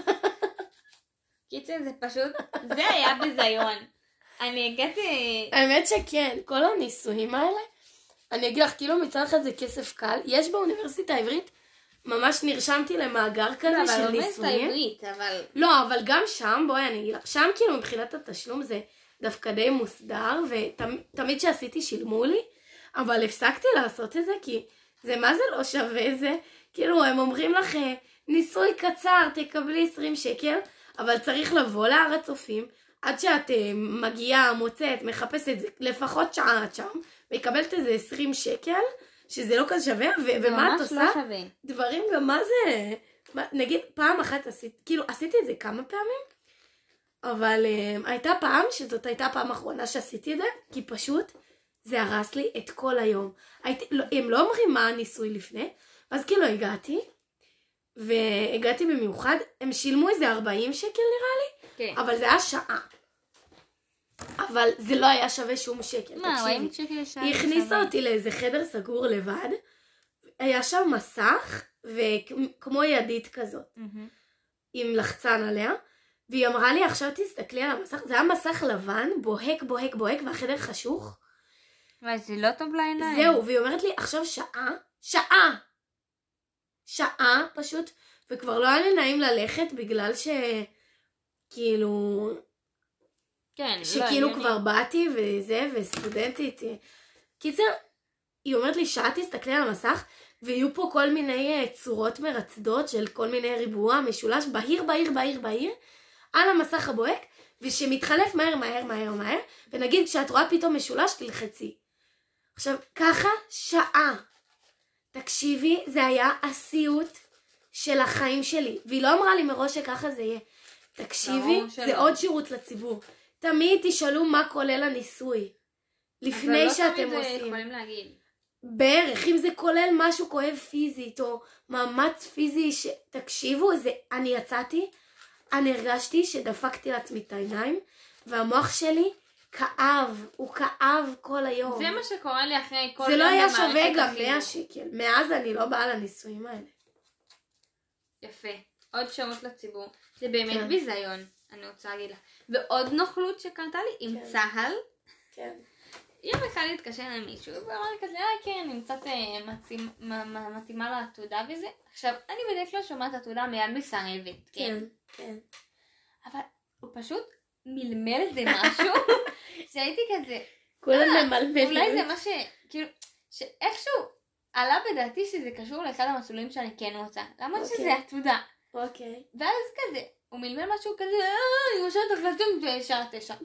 קיצר, זה פשוט, זה היה בזיון. אני הגעתי... האמת שכן, כל הניסויים האלה, אני אגיד לך, כאילו מצד אחד זה כסף קל, יש באוניברסיטה העברית, ממש נרשמתי למאגר כזה לא, של אבל לא ניסויים. בעברית, אבל... לא, אבל גם שם, בואי אני אגיד לך, שם כאילו מבחינת התשלום זה דווקא די מוסדר, ותמיד שעשיתי שילמו לי, אבל הפסקתי לעשות את זה, כי זה מה זה לא שווה, זה כאילו הם אומרים לך, ניסוי קצר, תקבלי עשרים שקל, אבל צריך לבוא להר הצופים, עד שאת uh, מגיעה, מוצאת, מחפשת זה, לפחות שעה עד שם, ויקבלת איזה עשרים שקל, שזה לא כזה שווה, ו- ומה את עושה? ממש לא שווה. דברים גם מה זה, מה, נגיד פעם אחת עשיתי, כאילו עשיתי את זה כמה פעמים, אבל uh, הייתה פעם, שזאת הייתה פעם אחרונה שעשיתי את זה, כי פשוט זה הרס לי את כל היום. הייתי, לא, הם לא אומרים מה הניסוי לפני, אז כאילו הגעתי, והגעתי במיוחד, הם שילמו איזה ארבעים שקל נראה לי, כן. אבל זה היה שעה. אבל זה לא היה שווה שום שקל, מה, ארבעים תקשיבי. שקל לשעה? היא הכניסה אותי לאיזה חדר סגור לבד, היה שם מסך, וכמו ידית כזאת, מהמם. עם לחצן עליה, והיא אמרה לי, עכשיו תסתכלי על המסך, זה היה מסך לבן, בוהק, בוהק, בוהק, והחדר חשוך. וואי, זה לא טוב לעיניים. זהו, והיא אומרת לי, עכשיו שעה, שעה, שעה פשוט, וכבר לא היה לי נעים ללכת, בגלל ש... כאילו... כן, לא, שכאילו הגיוני. כבר באתי וזה, וסטודנטית. קיצר, היא אומרת לי, שעה תסתכלי על המסך, ויהיו פה כל מיני צורות מרצדות של כל מיני ריבוע, משולש, בהיר, בהיר, בהיר, בהיר, על המסך הבוהק, ושמתחלף מהר, מהר, מהר, מהר, ונגיד כשאת רואה פתאום משולש, תלחצי. עכשיו, ככה שעה. תקשיבי, זה היה הסיוט של החיים שלי, והיא לא אמרה לי מראש שככה זה יהיה. תקשיבי, ברור שלא. זה עוד שירות לציבור. תמיד תשאלו מה כולל הניסוי. לפני שאתם אבל לא תמיד עושים. יכולים להגיד. בערך, אם זה כולל משהו כואב פיזית, או מאמץ פיזי, ש... תקשיבו, זה... אני יצאתי, אני הרגשתי שדפקתי לעצמי את העיניים, והמוח שלי כאב, הוא כאב כל היום. זה מה שקורה לי אחרי כל יום זה לא היה במערכת שווה גם החינוך. מאה שקל. מאז אני לא באה לניסויים האלה. יפה. עוד שירות לציבור. זה באמת כן. ביזיון, אני רוצה להגיד לך. ועוד נוכלות שקרתה לי עם כן. צהל. כן. יום אחד להתקשר למישהו, ואמר לי כזה, אה כן, אני קצת אה, מצים- מ- מ- מתאימה לעתודה וזה. עכשיו, אני בדרך כלל שומעת עתודה מיד מסרבת, כן? כן. כן. אבל הוא פשוט מלמל את זה משהו, שהייתי כזה, כולם אה, ממלמלים. אולי זה מה ש... כאילו, שאיכשהו עלה בדעתי שזה קשור לאחד המסלולים שאני כן רוצה. למרות אוקיי. שזה עתודה. אוקיי. ואז כזה, הוא מלמל משהו כזה, אה, אני רוצה את הקלטים בשעה תשע.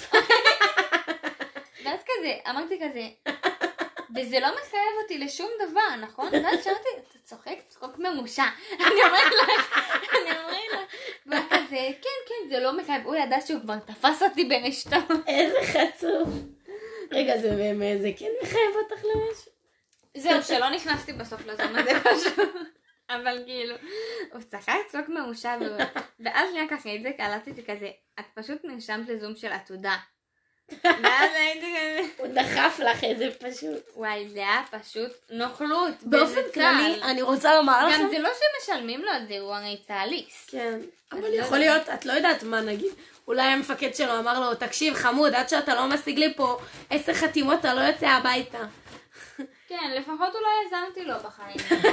ואז כזה, אמרתי כזה, וזה לא מחייב אותי לשום דבר, נכון? ואז שאלתי, אתה צוחק צחוק ממושע. אני אומרת לך, אני אומרת לך, והוא כזה, כן, כן, זה לא מחייב, הוא ידע שהוא כבר תפס אותי ברשתו. איזה חצוף. רגע, זה באמת, זה כן מחייב אותך למשהו? זהו, שלא נכנסתי בסוף לזום הזה פשוט. אבל כאילו, הוא צחק צחוק ממושע, ואז רק אחרי זה קלטתי כזה, את פשוט נרשמת לזום של עתודה. ואז הייתי כזה... הוא דחף לך את זה פשוט. וואי, זה היה פשוט נוכלות. באופן כללי, אני רוצה לומר לכם... גם זה לא שמשלמים לו את זה, הוא הרי צהליסט. כן, אבל לא יכול להיות, את לא יודעת מה נגיד. אולי המפקד שלו אמר לו, תקשיב חמוד, עד שאתה לא משיג לי פה עשר חתימות, אתה לא יוצא הביתה. כן, לפחות אולי הזמתי לו בחיים.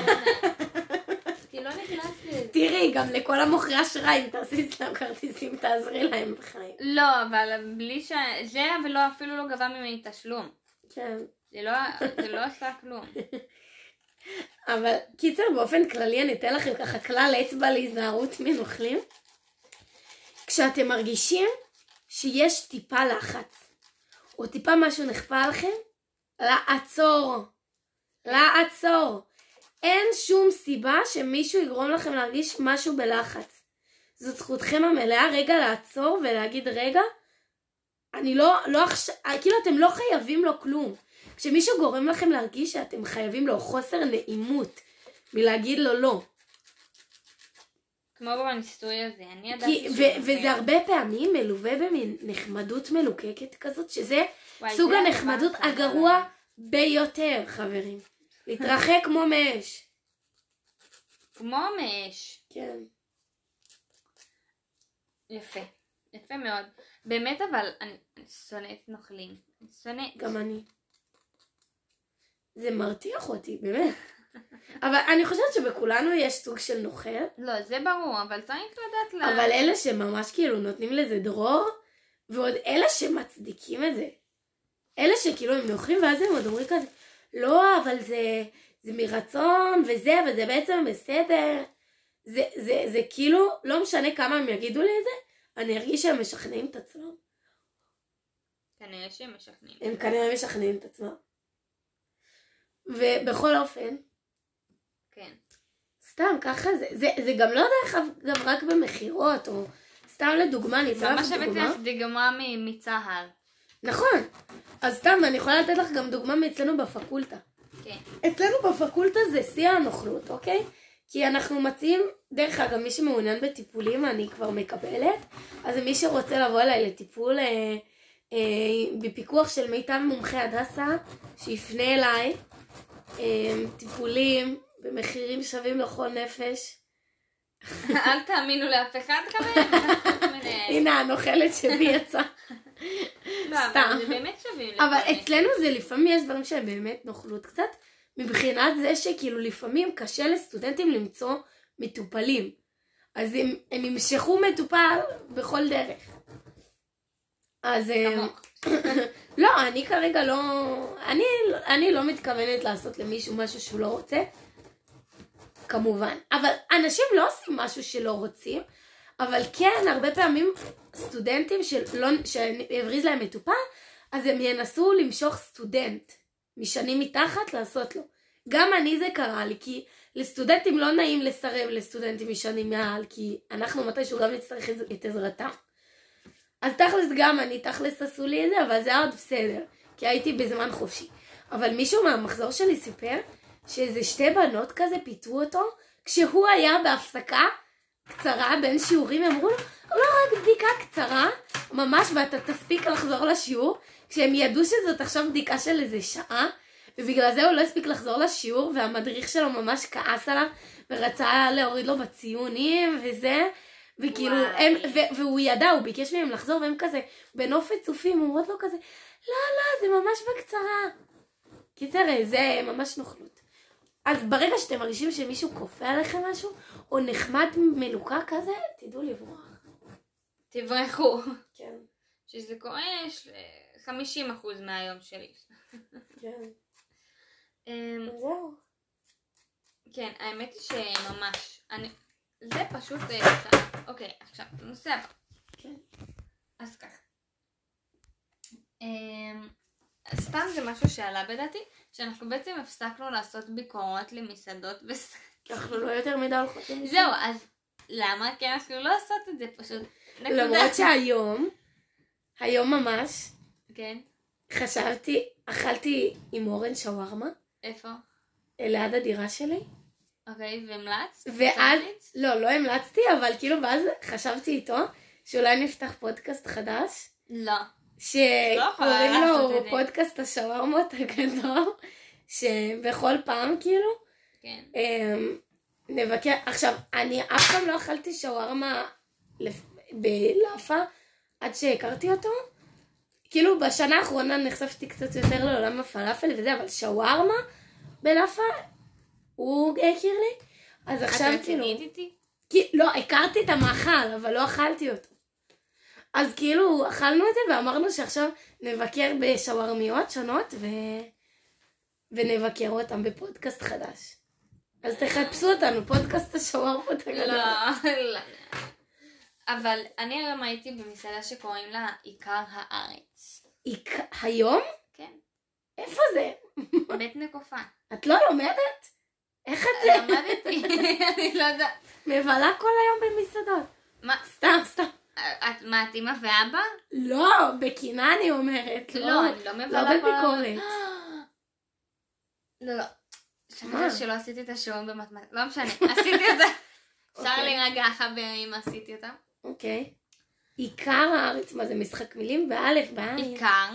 כי לא נכנסתי לזה. תראי, גם לכל המוכרי אשראי, אם תעשי אצלם כרטיסים, תעזרי להם בחיים. לא, אבל בלי ש... זה ולא אפילו לא גבה ממני תשלום. כן. זה לא, זה לא עשה כלום. אבל קיצר, באופן כללי, אני אתן לכם ככה כלל אצבע להיזהרות מנוכלים. כשאתם מרגישים שיש טיפה לחץ, או טיפה משהו נכפה עליכם, לעצור. לעצור. אין שום סיבה שמישהו יגרום לכם להרגיש משהו בלחץ. זאת זכותכם המלאה רגע לעצור ולהגיד רגע, אני לא, לא עכשיו, כאילו אתם לא חייבים לו כלום. כשמישהו גורם לכם להרגיש שאתם חייבים לו חוסר נעימות מלהגיד לו לא. כמו בניסוי הזה, אני ידעתי כי, ו- וזה הרבה פעמים מלווה במין נחמדות מלוקקת כזאת, שזה וואי, סוג זה הנחמדות הדבר הגרוע החדש. ביותר, חברים. להתרחק כמו מאש. כמו מאש. כן. יפה. יפה מאוד. באמת אבל, אני אני שונאת נוכלים. אני שונאת. גם אני. זה מרתיח אותי, באמת. אבל אני חושבת שבכולנו יש סוג של נוכל, לא, זה ברור, אבל צריך לדעת לה... אבל אלה שממש כאילו נותנים לזה דרור, ועוד אלה שמצדיקים את זה. אלה שכאילו הם נוחים, ואז הם עוד אומרים כזה, לא, אבל זה, זה מרצון, וזה, אבל זה בעצם בסדר. זה, זה, זה כאילו, לא משנה כמה הם יגידו לי את זה, אני ארגיש שהם משכנעים את עצמם. כנראה שהם משכנעים. הם כנראה משכנעים את עצמם. ובכל אופן, כן. סתם ככה, זה, זה, זה גם לא דרך אגב רק במחירות, או סתם לדוגמה, אני אתן לך ממש הבאתי דוגמה. לך דוגמה מ- מצה"ל. נכון, אז סתם, אני יכולה לתת לך גם דוגמה מאצלנו בפקולטה. כן. אצלנו בפקולטה זה שיא הנוכלות, אוקיי? כי אנחנו מציעים, דרך אגב, מי שמעוניין בטיפולים, אני כבר מקבלת, אז מי שרוצה לבוא אליי לטיפול אה, אה, בפיקוח של מיטב מומחי הדסה, שיפנה אליי, אה, טיפולים במחירים שווים לכל נפש. אל תאמינו לאף אחד חברים. הנה הנוכלת שבי יצא. לא, סתם. אבל זה באמת שווים. אבל לפעמים. אצלנו זה לפעמים יש דברים שהם באמת נוכלות קצת, מבחינת זה שכאילו לפעמים קשה לסטודנטים למצוא מטופלים. אז הם, הם ימשכו מטופל בכל דרך. אז... כמוך. לא, אני כרגע לא... אני, אני לא מתכוונת לעשות למישהו משהו שהוא לא רוצה. כמובן. אבל אנשים לא עושים משהו שלא רוצים. אבל כן, הרבה פעמים סטודנטים שלא, שהבריז להם מטופל, אז הם ינסו למשוך סטודנט משנים מתחת לעשות לו. גם אני זה קרה לי, כי לסטודנטים לא נעים לסרב לסטודנטים משנים מעל, כי אנחנו מתישהו גם נצטרך את עזרתם. אז תכלס גם אני, תכלס עשו לי את זה, אבל זה היה עוד בסדר, כי הייתי בזמן חופשי. אבל מישהו מהמחזור שלי סיפר, שאיזה שתי בנות כזה פיתו אותו, כשהוא היה בהפסקה קצרה בין שיעורים, אמרו לו, לא רק בדיקה קצרה, ממש, ואתה תספיק לחזור לשיעור, כשהם ידעו שזאת עכשיו בדיקה של איזה שעה, ובגלל זה הוא לא הספיק לחזור לשיעור, והמדריך שלו ממש כעס עליו, ורצה להוריד לו בציונים וזה, וכאילו, הם, ו- והוא ידע, הוא ביקש מהם לחזור, והם כזה, בנופת צופים, אומרות לו כזה, לא, לא, זה ממש בקצרה. כי תראה, זה ממש נוכלות. אז ברגע שאתם מרגישים שמישהו כופה עליכם משהו, או נחמד מלוקה כזה, תדעו לברוח. תברחו. כן. שזה קורה חמישים אחוז מהיום שלי. כן. אמ, זהו. כן, האמת היא שממש, אני, זה פשוט, אה, עכשיו, אוקיי, עכשיו, נושא הבא. כן. אז ככה. אמ, סתם זה משהו שעלה בדעתי, שאנחנו בעצם הפסקנו לעשות ביקורות למסעדות וסרטים. כי אנחנו לא יותר מדי הולכות למסעדות. זהו, אז למה? כי אנחנו לא עושות את זה פשוט. נקודה. למרות שהיום, היום ממש, כן. חשבתי, אכלתי עם אורן שווארמה, איפה? ליד הדירה שלי, אוקיי, והמלצת? ואז, ממליץ? לא, לא המלצתי, אבל כאילו ואז חשבתי איתו, שאולי נפתח פודקאסט חדש, לא. שקוראים יכולה לעשות לו את זה. פודקאסט השווארמות הגדול, שבכל פעם כאילו, כן. אמ, נבקר, עכשיו, אני אף פעם לא אכלתי שווארמה לפ- בלאפה, עד שהכרתי אותו, כאילו בשנה האחרונה נחשפתי קצת יותר לעולם הפלאפל וזה, אבל שווארמה בלאפה, הוא הכיר לי, אז עכשיו את כאילו, רצינית איתי? כי, לא, הכרתי את המאכל, אבל לא אכלתי אותו. אז כאילו, אכלנו את זה ואמרנו שעכשיו נבקר בשווארמיות שונות, ו... ונבקר אותם בפודקאסט חדש. אז תחפשו אותנו, פודקאסט השווארמות הגדול. לא, לא. אבל אני היום הייתי במסעדה שקוראים לה עיקר הארץ. איק... היום? כן. איפה זה? בית נקופה. את לא לומדת? איך את זה? למדתי, אני לא יודעת. מבלה כל היום במסעדות. מה, סתם, סתם. את, מה, את אמא ואבא? לא, בקינה אני אומרת. לא, אני לא מבלה לא כל היום. בביקורת. לא, לא. מה? שכחתי שלא עשיתי את השיעורים במתמטיקה. לא משנה, עשיתי אותה. אפשר אוקיי. להירגע חברים, עשיתי אותה. אוקיי. עיקר הארץ, מה זה משחק מילים? באלף, בעין. עיקר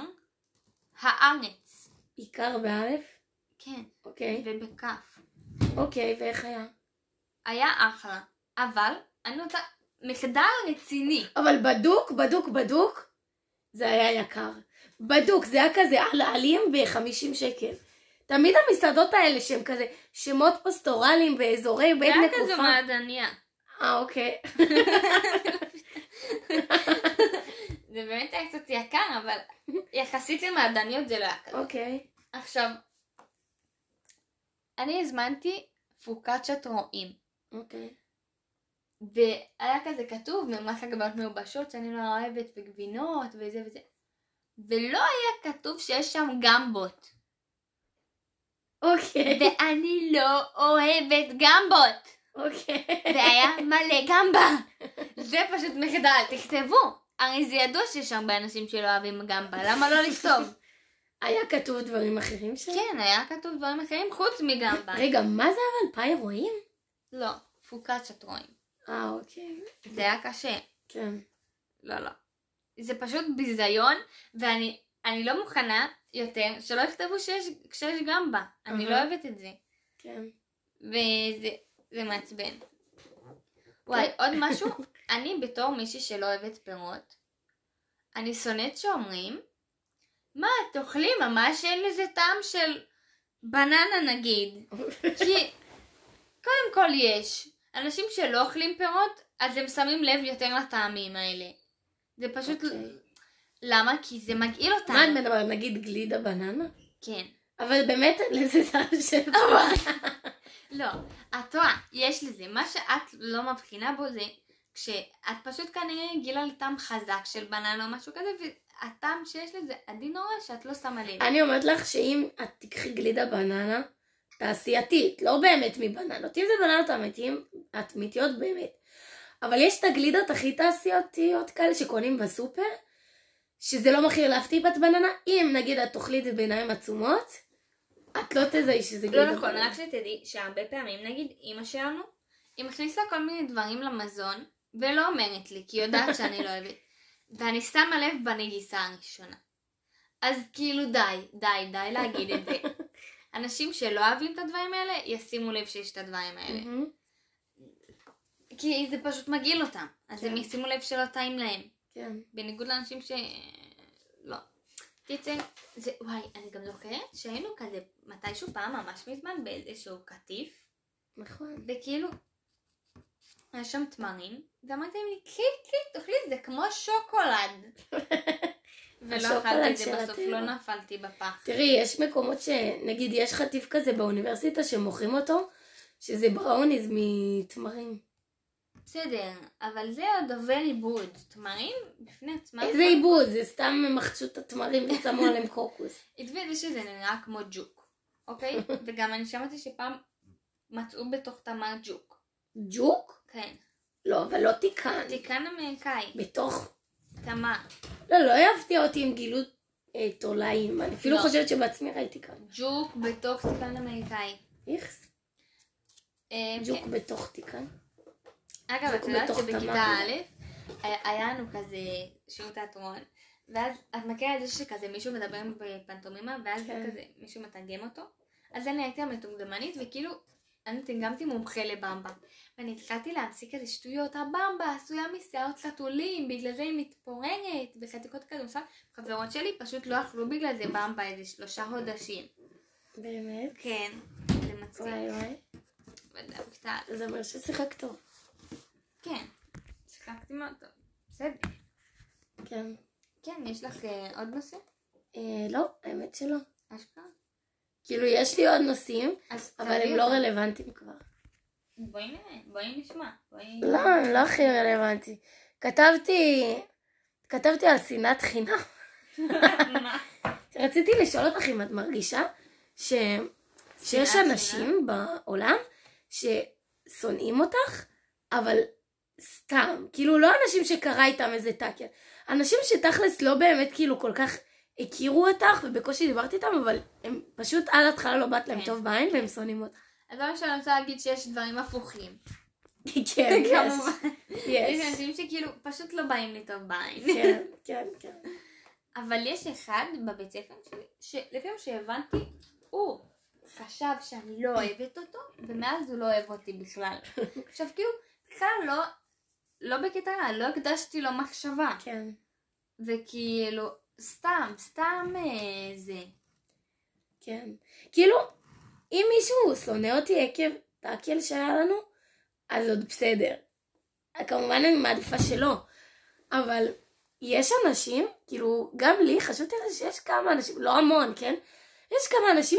הארץ. עיקר באלף? כן, אוקיי. ובכף. אוקיי, ואיך היה? היה אחלה, אבל אני רוצה מחדל רציני. אבל בדוק, בדוק, בדוק, זה היה יקר. בדוק, זה היה כזה על העלים ב-חמישים שקל. תמיד המסעדות האלה שהם כזה שמות פסטורליים באזורי בית זה היה נקופה. כזו מעדניה. אה, אוקיי. זה באמת היה קצת יקר, אבל יחסית למעדניות זה לא היה כזה. אוקיי. עכשיו, אני הזמנתי פוקאצ'ת רועים. אוקיי. והיה כזה כתוב ממש הגבלות מיובשות שאני לא אוהבת וגבינות וזה וזה. ולא היה כתוב שיש שם גמבות. אוקיי. ואני לא אוהבת גמבות. אוקיי. והיה מלא גמבה. זה פשוט מחדל, תכתבו. הרי זה ידוע שיש שם באנשים שלא אוהבים גמבה, למה לא לכתוב? היה כתוב דברים אחרים שם? כן, היה כתוב דברים אחרים חוץ מגמבה. רגע, מה זה אבל פאי רואים? לא, פוקאצ'ת רועים. אה, אוקיי. זה היה קשה. כן. לא, לא. זה פשוט ביזיון, ואני אני לא מוכנה יותר שלא יכתבו שיש, שיש גמבה. אני לא אהה. אוהבת את זה. כן. וזה זה מעצבן. וואי, עוד משהו, אני בתור מישהי שלא אוהבת פירות, אני שונאת שאומרים, מה, תאכלי ממש אין לזה טעם של בננה נגיד. כי קודם כל יש, אנשים שלא אוכלים פירות, אז הם שמים לב יותר לטעמים האלה. זה פשוט, אוקיי. למה? כי זה מגעיל אותם. מה את מדברת? נגיד גלידה בננה? כן. אבל באמת לזה טעם של... לא, את טועה, יש לזה. מה שאת לא מבחינה בו זה כשאת פשוט כנראה גילה לטעם חזק של בננה או משהו כזה, והטעם שיש לזה עדין נורא שאת לא שמה לב. אני אומרת לך שאם את תקחי גלידה בננה תעשייתית, לא באמת מבננות, אם זה בננות אמיתיים, את אמיתיות באמת. אבל יש את הגלידות הכי תעשייתיות כאלה שקונים בסופר, שזה לא מכיר להפתיע בת בננה. אם נגיד את תאכלי את זה בעיניים עצומות, את לא תזהי שזה גלידה לא נכון, בננה. רק שתדעי שהרבה פעמים, נגיד אמא שלנו, היא מכניסה כל מיני דברים למזון, ולא אומרת לי, כי היא יודעת שאני לא אוהבת. ואני שמה לב בנגיסה הראשונה. אז כאילו די, די, די להגיד את זה. אנשים שלא אוהבים את הדברים האלה, ישימו לב שיש את הדברים האלה. כי זה פשוט מגעיל אותם. אז הם ישימו לב שלא טעים להם. כן. בניגוד לאנשים ש... לא. קיצר, זה... וואי, אני גם זוכרת שהיינו כזה מתישהו פעם ממש מזמן באיזשהו קטיף. נכון. וכאילו, היה שם תמרים, ואמרתם לי, קחי, קחי, תאכלי, זה כמו שוקולד. ולא אכלתי את זה, בסוף לא נפלתי בפח. תראי, יש מקומות שנגיד יש חטיף כזה באוניברסיטה שמוכרים אותו, שזה בראוניז מתמרים. בסדר, אבל זה עוד עובר עיבוד. תמרים בפני עצמם. איזה עיבוד? זה סתם מחשו את התמרים ושמו עליהם קוקוס. עזבי את זה שזה נראה כמו ג'וק, אוקיי? וגם אני שמעתי שפעם מצאו בתוך תמר ג'וק. ג'וק? כן. לא, אבל לא תיקן. תיקן אמריקאי. בתוך... תמר. לא, לא יפתיע אותי עם גילו אה, תולעים. אני אפילו לא. חושבת שבעצמי ראיתי כאן. ג'וק בתוך תיקן אמריקאי. איכס? אה, ג'וק כן. בתוך תיקן. אגב, את יודעת בתוך שבכיתה תמר. א' היה לנו כזה שיעור תיאטרון, ואז את מכירה את זה שכזה מישהו מדבר בפנטומימה, ואז כן. כזה מישהו מתרגם אותו. אז אני הייתי המתורגמנית, וכאילו אני תרגמתי מומחה לבמבה. ואני התחלתי להמציא כזה שטויות, הבמבה עשויה משערות חתולים, בגלל זה היא מתפוררת, וחתיקות כדורסל. חברות שלי פשוט לא אכלו בגלל זה במבה איזה שלושה חודשים. באמת? כן, זה מצחיק. וואי וואי. ודאי, קצת. זה אומר ששיחק טוב. כן, שיחקתי מאוד טוב. בסדר. כן. כן, יש לך אה, עוד נושא? אה, לא, האמת שלא. אשכרה? כאילו יש לי עוד נושאים, אז אבל תראי הם לא אותם. רלוונטיים כבר. בואי נראה, בואי נשמע. בואי... לא, הם לא הכי רלוונטי. כתבתי, כתבתי על שנאת חינם. מה? רציתי לשאול אותך אם את מרגישה ש... שיש שנאת אנשים בעולם ששונאים אותך, אבל סתם. כאילו לא אנשים שקרה איתם איזה טאקר. אנשים שתכלס לא באמת כאילו כל כך הכירו אותך ובקושי דיברתי איתם, אבל הם פשוט עד התחלה לא באת להם כן. טוב בעין והם שונאים אותך. הדבר שאני רוצה להגיד שיש דברים הפוכים. כן, יש. כמובן. יש יש. אנשים שכאילו פשוט לא באים לי טוב בעין. כן, כן, כן. אבל יש אחד בבית ספר שלי, שלפי מה שהבנתי, הוא חשב שאני לא אוהבת אותו, ומאז הוא לא אוהב אותי בכלל. עכשיו כאילו, בכלל לא, לא בקטע רע, לא הקדשתי לו מחשבה. כן. וכאילו, סתם, סתם אה, זה. כן. כאילו, אם מישהו שונא אותי עקב טאקל שהיה לנו, אז עוד בסדר. כמובן אני מעדיפה שלא. אבל יש אנשים, כאילו, גם לי, חשבתי על זה שיש כמה אנשים, לא המון, כן? יש כמה אנשים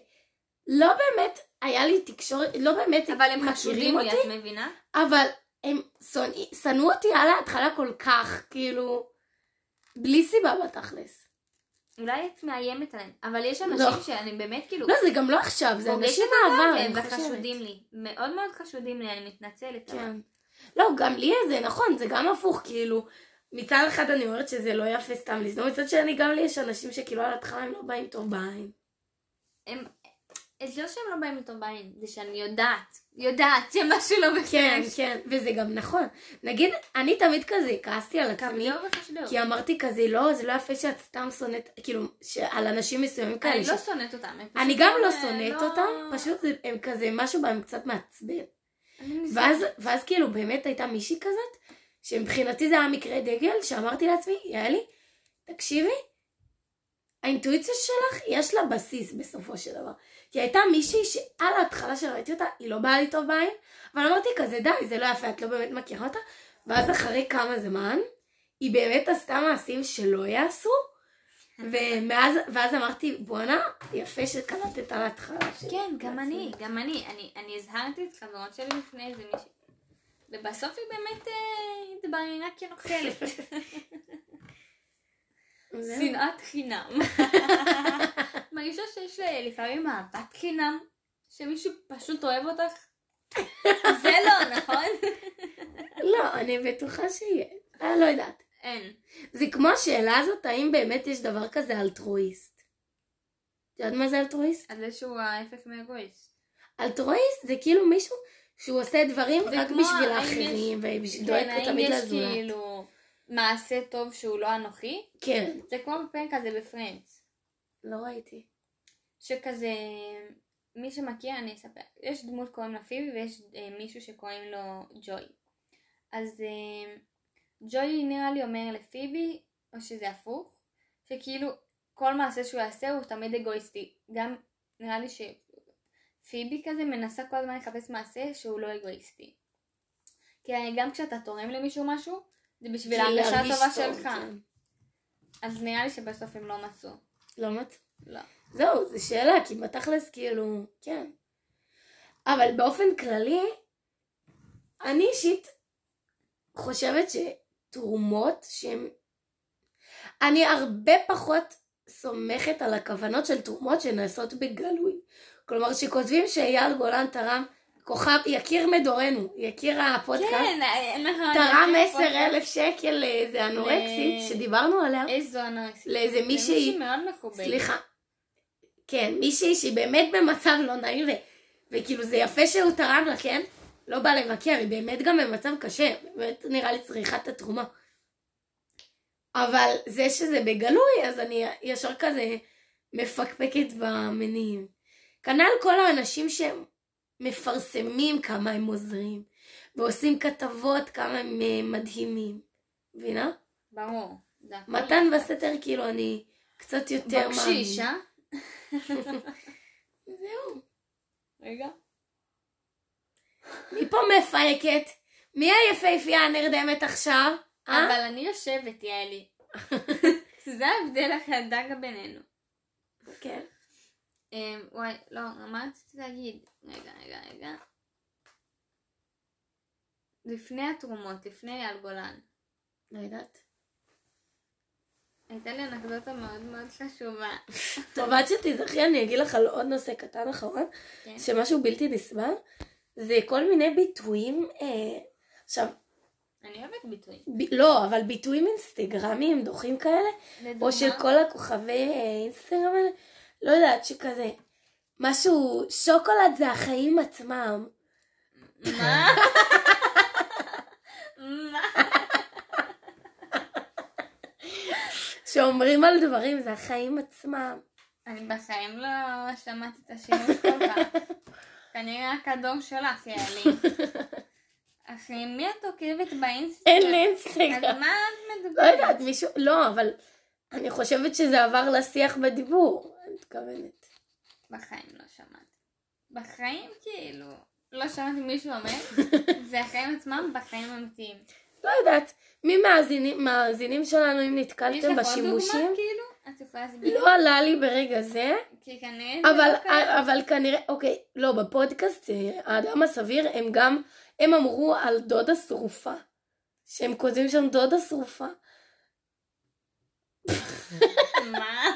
שלא באמת היה לי תקשורת, לא באמת אבל הם מכירים חשודים לי, אותי, את מבינה? אבל הם שונאי- שנאו אותי על ההתחלה כל כך, כאילו, בלי סיבה בתכלס. אולי את מאיימת עליהם, אבל יש אנשים לא. שאני באמת כאילו... לא, זה גם לא עכשיו, זה פוגשת אנשים אותם מהעבר, והם אני חושבת. וחשודים לי. מאוד מאוד חשודים לי, אני מתנצלת. אבל- כן. לא, גם לי זה נכון, זה גם הפוך, כאילו, מצד אחד אני אומרת שזה לא יפה סתם לזנוע, מצד שני גם לי יש אנשים שכאילו על התחלה הם לא באים טוב בעין. הם... זה לא שהם לא באים לטוב בעין, זה שאני יודעת, יודעת שמשהו לא בסדר. כן, כן, וזה גם נכון. נגיד, אני תמיד כזה, כעסתי על עצמי, כבדור וחשדור. כי אמרתי כזה, לא, זה לא יפה שאת סתם שונאת, כאילו, על אנשים מסוימים כאלה. אני לא ש- שונאת אותם. הם אני פשוט גם לא אה, שונאת לא- אותם, פשוט זה- הם כזה, משהו בהם קצת מעצבן. אני מז- ואז, ואז כאילו באמת הייתה מישהי כזאת, שמבחינתי זה היה מקרה דגל, שאמרתי לעצמי, יאלי, תקשיבי, האינטואיציה שלך יש לה בסיס בסופו של דבר. כי הייתה מישהי שעל ההתחלה שראיתי אותה, היא לא באה לי טוב בעין, אבל אמרתי כזה, די, זה לא יפה, את לא באמת מכירה אותה, ואז אחרי כמה זמן, היא באמת עשתה מעשים שלא יעשו, ומאז, ואז אמרתי, בואנה, יפה שקלטת על ההתחלה שלי. כן, גם אני, גם אני. אני, אני הזהרתי את חברות שלי לפני איזה מישהי. ובסוף היא באמת אה, התבררה כנוכלת. זהו. שנאת חינם. מרגישה שיש לי לפעמים אהבת חינם, שמישהו פשוט אוהב אותך. זה לא, נכון? לא, אני בטוחה שיהיה. אני לא יודעת. אין. זה כמו השאלה הזאת, האם באמת יש דבר כזה אלטרואיסט? את יודעת מה זה אלטרואיסט? אז זה שהוא ההפך מאגואיסט. אלטרואיסט זה כאילו מישהו שהוא עושה דברים רק כמו, בשביל האם האחרים, ודואג כן, האם תמיד יש לזולת. כאילו מעשה טוב שהוא לא אנוכי? כן, זה כמו בפרק הזה בפרנדס. לא ראיתי. שכזה, מי שמכיר אני אספר, יש דמות קוראים לה פיבי ויש אה, מישהו שקוראים לו ג'וי. אז אה, ג'וי נראה לי אומר לפיבי, או שזה הפוך, שכאילו כל מעשה שהוא יעשה הוא תמיד אגואיסטי. גם נראה לי שפיבי כזה מנסה כל הזמן לחפש מעשה שהוא לא אגואיסטי. כי גם כשאתה תורם למישהו משהו, זה בשביל ההרגשה הטובה שלך. כן. אז נראה לי שבסוף הם לא מצאו. לא מצאו? לא. זהו, זו שאלה, כי בתכלס כאילו, כן. אבל באופן כללי, אני אישית חושבת שתרומות שהן... אני הרבה פחות סומכת על הכוונות של תרומות שנעשות בגלוי. כלומר, שכותבים שאייל גולן תרם, כוכב, יקיר מדורנו, יקיר הפודקאסט, כן, תרם עשר אלף שקל לאיזה אנורקסית שדיברנו עליה. איזו אנורקסית? לאיזה מישהי... מישהי מאוד מכובדת. סליחה. כן, מישהי שהיא באמת במצב לא נעים, ו... וכאילו זה יפה שהוא תרם לה, כן? לא בא לבקר, היא באמת גם במצב קשה, באמת נראה לי צריכה את התרומה. אבל זה שזה בגלוי, אז אני ישר כזה מפקפקת במניעים. כנ"ל כל האנשים שמפרסמים כמה הם עוזרים, ועושים כתבות כמה הם מדהימים. מבינה? ברור. מתן בסתר כאילו אני קצת יותר מאמין. בקשיש, אה? זהו. רגע. מי פה מפייקת? מי היפהפייה הנרדמת עכשיו? אבל אני יושבת, יאלי. זה ההבדל החדק בינינו. כן. וואי, לא, מה רציתי להגיד? רגע, רגע, רגע. לפני התרומות, לפני אייל גולן. לא יודעת. הייתה לי אנקדוטה מאוד מאוד חשובה. טוב, עד שתזכי אני אגיד לך על עוד נושא קטן אחרון, שמשהו בלתי נסבל, זה כל מיני ביטויים, עכשיו, אני אוהבת ביטויים. לא, אבל ביטויים אינסטגרמיים דוחים כאלה, או של כל הכוכבי אינסטגרם האלה, לא יודעת שכזה, משהו, שוקולד זה החיים עצמם. מה? מה? שאומרים על דברים, זה החיים עצמם. אני בחיים לא שמעתי את השימוש כל כך. כנראה הכדור שלך, יאלי. אחי, מי את עוקבת באינסטגרם? אין לי אינסטגרם. אז מה את מדברת? לא יודעת, מישהו, לא, אבל אני חושבת שזה עבר לשיח בדיבור. אני מתכוונת. בחיים לא שמעתי. בחיים כאילו, לא שמעתי מישהו אומר, זה החיים עצמם בחיים אמיתיים. לא יודעת, מי מאזינים, מאזינים שלנו אם נתקלתם בשימושים? יש לך עוד דוגמה כאילו? את יכולה להסביר? לא עלה לי ברגע זה. כי כנראה אבל, זה לא קרה. אבל כנראה, אוקיי, לא, בפודקאסט, האדם הסביר, הם גם, הם אמרו על דודה שרופה. שהם כותבים שם דודה שרופה. מה?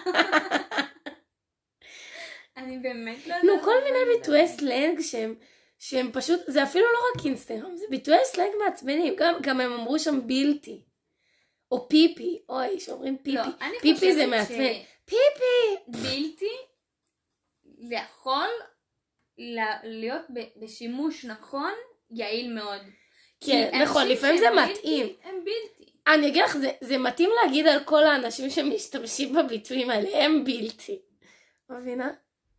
אני באמת לא יודעת. נו, כל מיני ביטויי סלנג שהם, שהם פשוט, זה אפילו לא רק אינסטגרם, זה ביטויי סלנג מעצבנים, גם, גם הם אמרו שם בלתי. או פיפי, אוי, שאומרים פיפי. לא, אני פיפי זה חושבת מעצבן. ש- פיפי! בלתי, זה יכול ל- להיות ב- בשימוש נכון, יעיל מאוד. כן, כי נכון, אנשים לפעמים זה שהם בלתי, מתאים. הם בלתי. אני אגיד לך, זה, זה מתאים להגיד על כל האנשים שמשתמשים בביטויים האלה, הם בלתי. מבינה?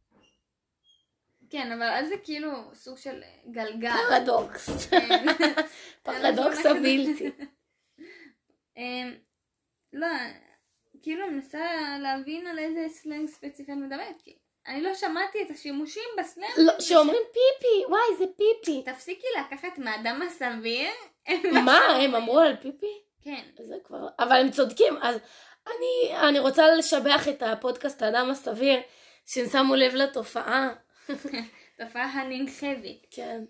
כן, אבל אז זה כאילו סוג של גלגל. פרדוקס. כן. פרדוקס הבלתי. אמ, לא, כאילו אני מנסה להבין על איזה סלנג ספציפי אני מדברת, כי אני לא שמעתי את השימושים בסלנג. לא, שאומרים פיפי, וואי, זה פיפי. תפסיקי לקחת מהאדם הסביר. מה, הם אמרו על פיפי? כן. זה כבר, אבל הם צודקים, אז אני, אני רוצה לשבח את הפודקאסט האדם הסביר, שהם שמו לב לתופעה. תופעה הנרחבת. כן.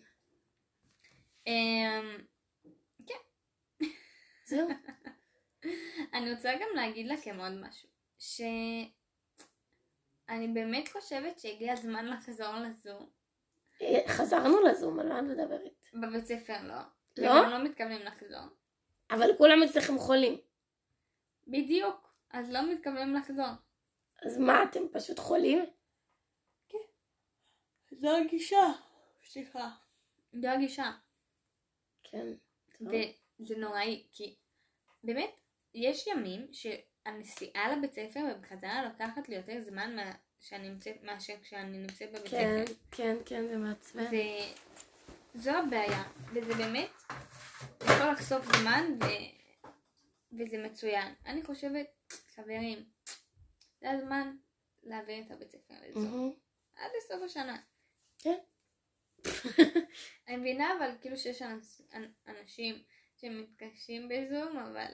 אמ, כן. זהו. אני רוצה גם להגיד לכם עוד משהו, שאני באמת חושבת שהגיע הזמן לחזור לזום. חזרנו לזום, על מה את מדברת? בבית ספר לא. לא? וגם לא מתכוונים לחזור. אבל כולם אצלכם חולים. בדיוק. אז לא מתכוונים לחזור. אז מה, אתם פשוט חולים? כן. זו הגישה. סליחה. זו הגישה. כן. וזה נוראי, כי באמת יש ימים ש... הנסיעה לבית ספר ובחזרה לוקחת לי יותר זמן מה, שאני נמצאת, מאשר כשאני נמצאת בבית כן, ספר. כן, כן, זה מעצבן. ו... זו הבעיה, וזה באמת יכול לחסוך זמן, ו... וזה מצוין. אני חושבת, חברים, זה הזמן להעביר את הבית ספר לזום. עד לסוף השנה. כן. אני מבינה, אבל כאילו שיש אנשים שמתקשים בזום, אבל...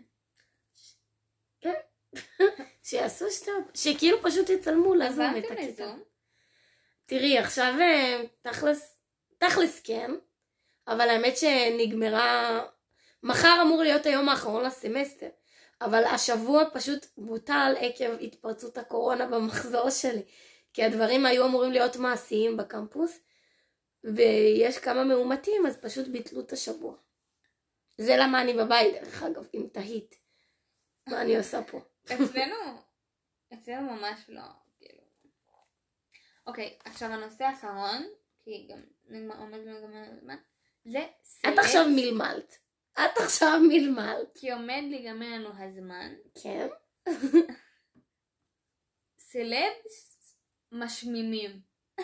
כן. שיעשו שטוב. שכאילו פשוט יצלמו לזום את עברתם הכיתה. לזום? תראי, עכשיו תכלס, תכלס כן, אבל האמת שנגמרה, מחר אמור להיות היום האחרון לסמסטר, אבל השבוע פשוט בוטל עקב התפרצות הקורונה במחזור שלי, כי הדברים היו אמורים להיות מעשיים בקמפוס, ויש כמה מאומתים, אז פשוט ביטלו את השבוע. זה למה אני בבית, דרך אגב, אם תהית. מה אני עושה פה? אצלנו, אצלנו ממש לא, כאילו. אוקיי, עכשיו הנושא האחרון, כי גם עומד לגמרי הזמן, זה סלבס. את עכשיו מלמלת. את עכשיו מלמלת. כי עומד לגמרי לנו הזמן. כן. סלבס משמימים.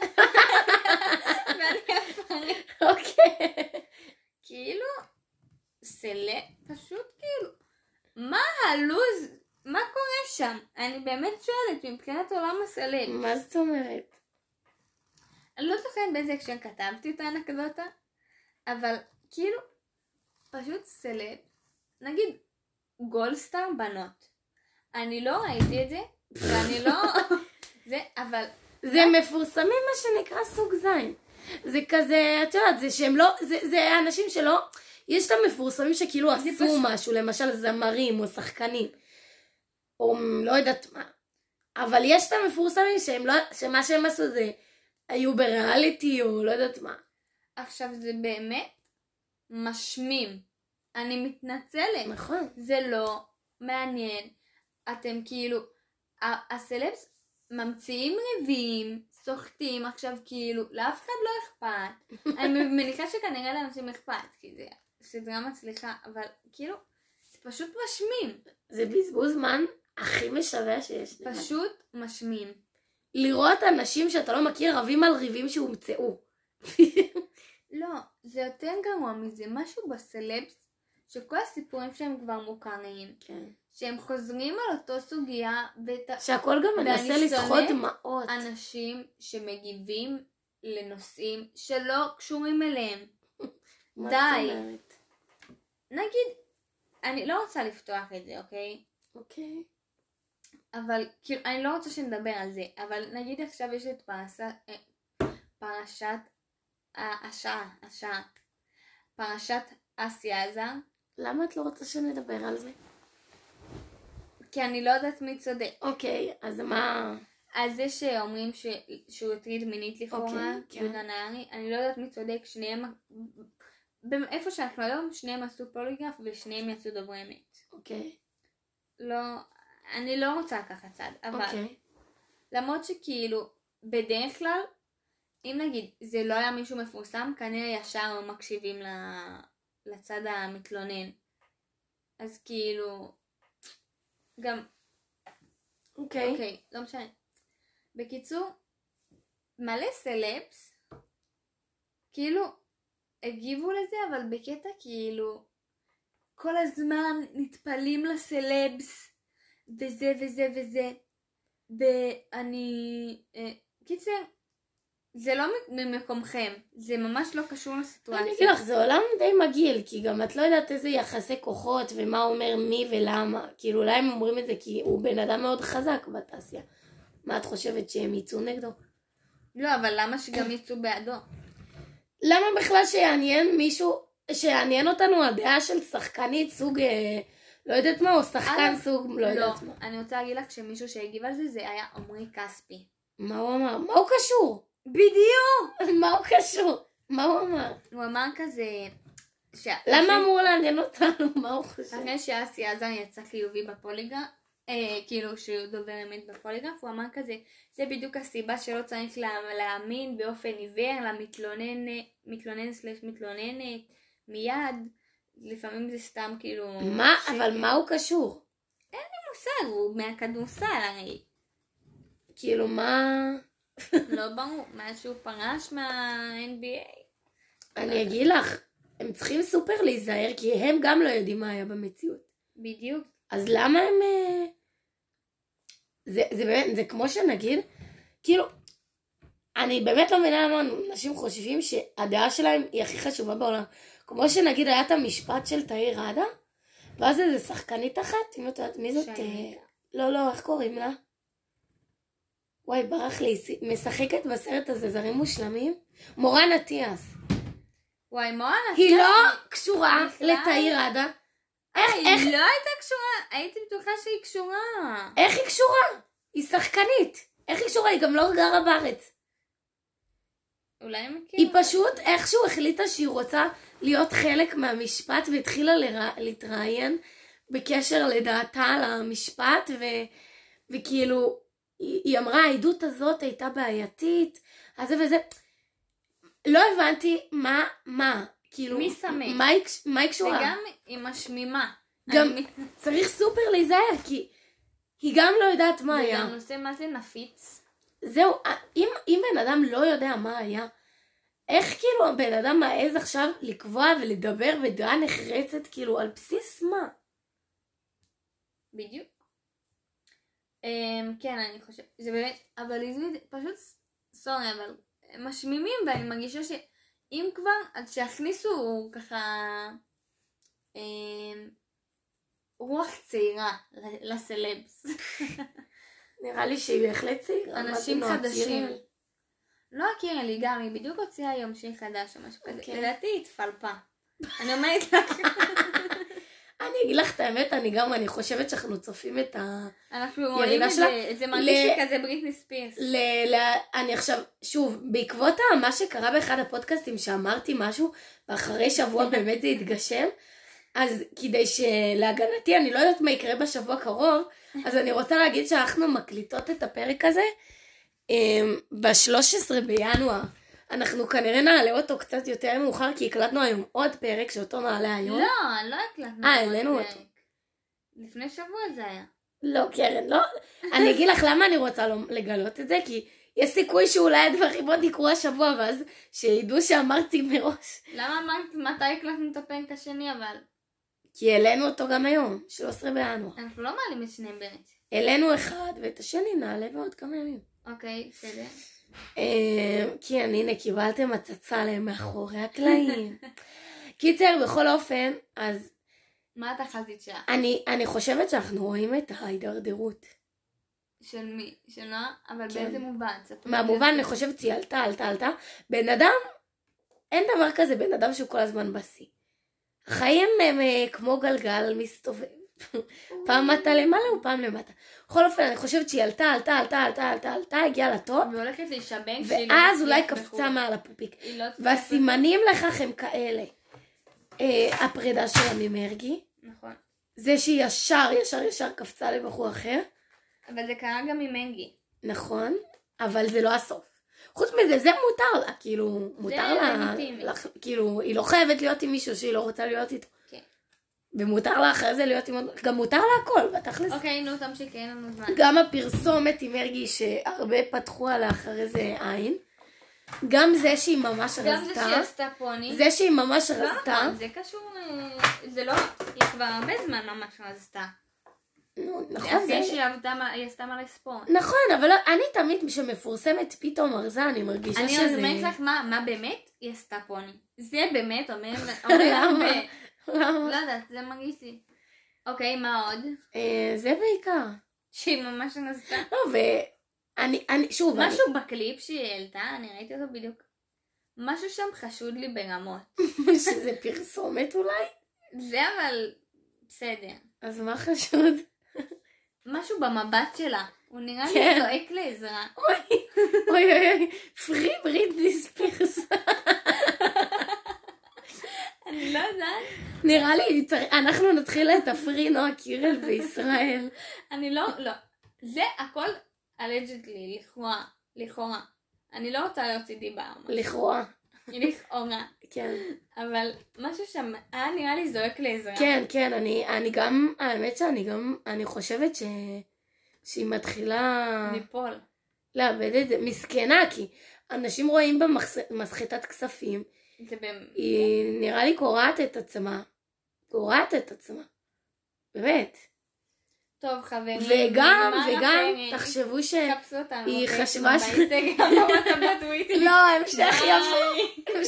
ואני אפרט. אוקיי. כאילו, סלב, פשוט כאילו, מה הלוז, מה קורה שם? אני באמת שואלת, מבחינת עולם הסלב. מה זאת אומרת? אני לא זוכרת באיזה הקשר כתבתי את האנקדוטה, אבל כאילו, פשוט סלב, נגיד גולדסטאר בנות. אני לא ראיתי את זה, ואני לא... זה, אבל... זה מפורסמים מה שנקרא סוג זין. זה כזה, את יודעת, זה שהם לא... זה, זה אנשים שלא... יש את המפורסמים שכאילו עשו פשוט... משהו, למשל זמרים או שחקנים. או לא יודעת מה. אבל יש את המפורסמים שהם לא... שמה שהם עשו זה... היו בריאליטי או לא יודעת מה. עכשיו זה באמת משמים. אני מתנצלת. נכון. זה לא מעניין. אתם כאילו, הסלבס ממציאים ריבים, סוחטים עכשיו כאילו, לאף אחד לא אכפת. אני מניחה שכנראה לאנשים אכפת, כי זה סדרה מצליחה, אבל כאילו, זה פשוט משמים. זה בזבוז זמן הכי משווה שיש. פשוט משמים. לראות אנשים שאתה לא מכיר רבים על ריבים שהומצאו. לא, זה יותר גרוע מזה. משהו בסלבס, שכל הסיפורים שהם כבר מוכרים, כן. שהם חוזרים על אותו סוגיה, ות... שהכל גם מנסה לסחוט דמעות. אנשים שמגיבים לנושאים שלא קשורים אליהם. די. נגיד, אני לא רוצה לפתוח את זה, אוקיי? אוקיי. אבל, כאילו, אני לא רוצה שנדבר על זה, אבל נגיד עכשיו יש את פרשת, פרשת, השעה, השעה, פרשת אסי עזה. למה את לא רוצה שנדבר על זה? כי אני לא יודעת מי צודק. אוקיי, אז מה... אז זה שאומרים ש... שהוא הטריד מינית לכאורה, יהודה נהרי, אני לא יודעת מי צודק, שניהם, איפה שאנחנו היום, שניהם עשו פוליגרף ושניהם יצאו דוברי אמת. אוקיי. לא, אני לא רוצה לקחת צד, אבל אוקיי. למרות שכאילו, בדרך כלל, אם נגיד זה לא היה מישהו מפורסם, כנראה ישר מקשיבים לצד המתלונן. אז כאילו, גם... אוקיי. אוקיי, לא משנה. בקיצור, מלא סלבס, כאילו, הגיבו לזה, אבל בקטע כאילו, כל הזמן נטפלים לסלבס, וזה וזה וזה, ואני... אה, קיצר, זה לא ממקומכם, זה ממש לא קשור לסיטואציה. אני אגיד לך, זה עולם די מגעיל, כי גם את לא יודעת איזה יחסי כוחות ומה אומר מי ולמה. כאילו אולי הם אומרים את זה כי הוא בן אדם מאוד חזק בתעשייה. מה את חושבת, שהם יצאו נגדו? לא, אבל למה שגם יצאו בעדו? למה בכלל שיעניין מישהו, שיעניין אותנו הדעה של שחקנית סוג, אה, לא יודעת מה, או שחקן סוג, לא יודעת מה. לא, אני רוצה להגיד לך שמישהו שהגיב על זה, זה היה עמרי כספי. מה הוא אמר? מה הוא קשור? בדיוק! מה הוא קשור? מה הוא אמר? הוא אמר כזה... ש... למה אמור לעניין אותנו? מה הוא חושב? אחרי שאסי עזה יצא חיובי בפוליגרף, אה, כאילו שהוא דובר אמת בפוליגרף, הוא אמר כזה, זה בדיוק הסיבה שלא צריך לה, להאמין באופן עיוור למתלונן, מתלונן סלש מתלוננת, מיד, לפעמים זה סתם כאילו... מה? ש... אבל מה הוא קשור? אין לי מושג, הוא מהכדורסל הרי. כאילו מה... לא ברור, מאז שהוא פרש מה-אן בי איי. אני אגיד לך, הם צריכים סופר להיזהר, כי הם גם לא יודעים מה היה במציאות. בדיוק. אז למה הם... אה, זה, זה באמת, זה כמו שנגיד, כאילו, אני באמת לא מבינה למה אנשים חושבים שהדעה שלהם היא הכי חשובה בעולם. כמו שנגיד היה את המשפט של תאיר ראדה, ואז איזה שחקנית אחת, אם את יודעת מי זאת? שאני. לא, לא, איך קוראים לה? וואי, ברח לי, משחקת בסרט הזה זרים מושלמים? מורן אטיאס. וואי, מורן אטיאס. היא לא קשורה לתאיר ראדה. איך, היא איך, לא הייתה קשורה, הייתי בטוחה שהיא קשורה. איך היא קשורה? היא שחקנית. איך היא קשורה? היא גם לא גרה בארץ. אולי הם מכירים. היא פשוט איכשהו החליטה שהיא רוצה להיות חלק מהמשפט והתחילה לרא... להתראיין בקשר לדעתה על המשפט ו... וכאילו היא, היא אמרה העדות הזאת הייתה בעייתית אז זה וזה לא הבנתי מה מה כאילו מי סמך? מה היא, מה היא קשורה וגם היא משמימה. גם אני... צריך סופר להיזהר כי היא גם לא יודעת מה היה וגם נושא מה זה נפיץ. זהו, אם, אם בן אדם לא יודע מה היה, איך כאילו הבן אדם מעז עכשיו לקבוע ולדבר בדעה נחרצת, כאילו על בסיס מה? בדיוק. Um, כן, אני חושבת, זה באמת, אבל זה פשוט, סורי, אבל הם משמימים ואני מרגישה שאם כבר, אז שיכניסו ככה um, רוח צעירה לסלבס. נראה לי שהיא בהחלט צעירה. אנשים חדשים. לא הכירה לי גם, היא בדיוק הוציאה היום שיר חדש או משהו כזה. לדעתי היא התפלפה. אני אומרת לך. אני אגיד לך את האמת, אני גם, אני חושבת שאנחנו צופים את הירידה שלה. אנחנו רואים את זה, זה מרגיש לי כזה בריטני ספירס. אני עכשיו, שוב, בעקבות מה שקרה באחד הפודקאסטים שאמרתי משהו, ואחרי שבוע באמת זה התגשם, אז כדי שלהגנתי, אני לא יודעת מה יקרה בשבוע קרוב, אז אני רוצה להגיד שאנחנו מקליטות את הפרק הזה ב-שלושה עשר בינואר. אנחנו כנראה נעלה אותו קצת יותר מאוחר, כי הקלטנו היום עוד פרק שאותו נעלה היום. לא, לא הקלטנו אה, העלינו אותו. לפני שבוע זה היה. לא, קרן, לא. אני אגיד לך למה אני רוצה לגלות את זה, כי יש סיכוי שאולי הדברים עוד יקרו השבוע, ואז שידעו שאמרתי מראש. למה אמרת מתי הקלטנו את הפרק השני אבל? כי העלינו אותו גם היום, שלושה עשר בינואר. אנחנו לא מעלים את שניהם ברצף. העלינו אחד ואת השני נעלה בעוד כמה ימים. אוקיי, בסדר. כי הנה קיבלתם הצצה להם מאחורי הקלעים. קיצר, בכל אופן, אז... מה התחזית שלך? אני, אני חושבת שאנחנו רואים את ההידרדרות. של מי? של נועה? אבל באיזה מובן? מהמובן, אני חושבת שהיא עלתה, עלתה, עלתה. בן אדם, אין דבר כזה בן אדם שהוא כל הזמן בשיא. החיים הם כמו גלגל מסתובב. פעם אתה למעלה ופעם למטה. בכל אופן, אני חושבת שהיא עלתה, עלתה, עלתה, עלתה, עלתה, עלתה, הגיעה לטופ. והולכת להישבן. ואז אולי קפצה מעל הפופיק. והסימנים לכך הם כאלה. הפרידה שלה ממרגי. נכון. זה שהיא ישר, ישר, ישר קפצה לבחור אחר. אבל זה קרה גם עם מנגי. נכון, אבל זה לא הסוף. חוץ מזה, זה מותר לה, כאילו, מותר לה, כאילו, היא לא חייבת להיות עם מישהו שהיא לא רוצה להיות איתו. כן. ומותר לה אחרי זה להיות עם, גם מותר לה הכל, בתכלס. אוקיי, נו, תמשיך, אין לנו זמן. גם הפרסומת עם מרגי שהרבה פתחו עליה אחרי זה עין. גם זה שהיא ממש רזתה. גם זה שהיא עשתה פוני. זה שהיא ממש רזתה. זה קשור, זה לא, היא כבר הרבה זמן ממש רזתה. נכון, זה שהיא עשתה מלא ספורט. נכון, אבל אני תמיד כשמפורסמת פתאום ארזה, אני מרגישה שזה... אני אומרת לך מה באמת היא עשתה פוני. זה באמת אומר... למה? למה? לא יודעת, זה מרגיש לי. אוקיי, מה עוד? זה בעיקר. שהיא ממש רזתה. לא, ואני, אני, שוב... משהו בקליפ שהיא העלתה, אני ראיתי אותו בדיוק. משהו שם חשוד לי ברמות. שזה פרסומת אולי? זה אבל... בסדר. אז מה חשוד? משהו במבט שלה. הוא נראה לי זועק לעזרה. אוי, אוי, אוי, פרי בריטני ספירס. אני לא יודעת. נראה לי, אנחנו נתחיל את הפרי נועה קירל בישראל. אני לא, לא. זה הכל allegedly, לכאורה, לכאורה. אני לא רוצה להוציא דיבה. לכאורה. היא לכאורה. כן. אבל משהו שם היה נראה לי זועק לעזרה. כן, כן, אני, אני גם, האמת שאני גם, אני חושבת ש... שהיא מתחילה... ליפול. לאבד את זה, מסכנה, כי אנשים רואים במסחטת כספים, זה במ... היא נראה לי קורעת את עצמה, קורעת את עצמה, באמת. טוב חברים, וגם, וגם, תחשבו שהיא חשבה ש... לא, לא, המשך יבוא.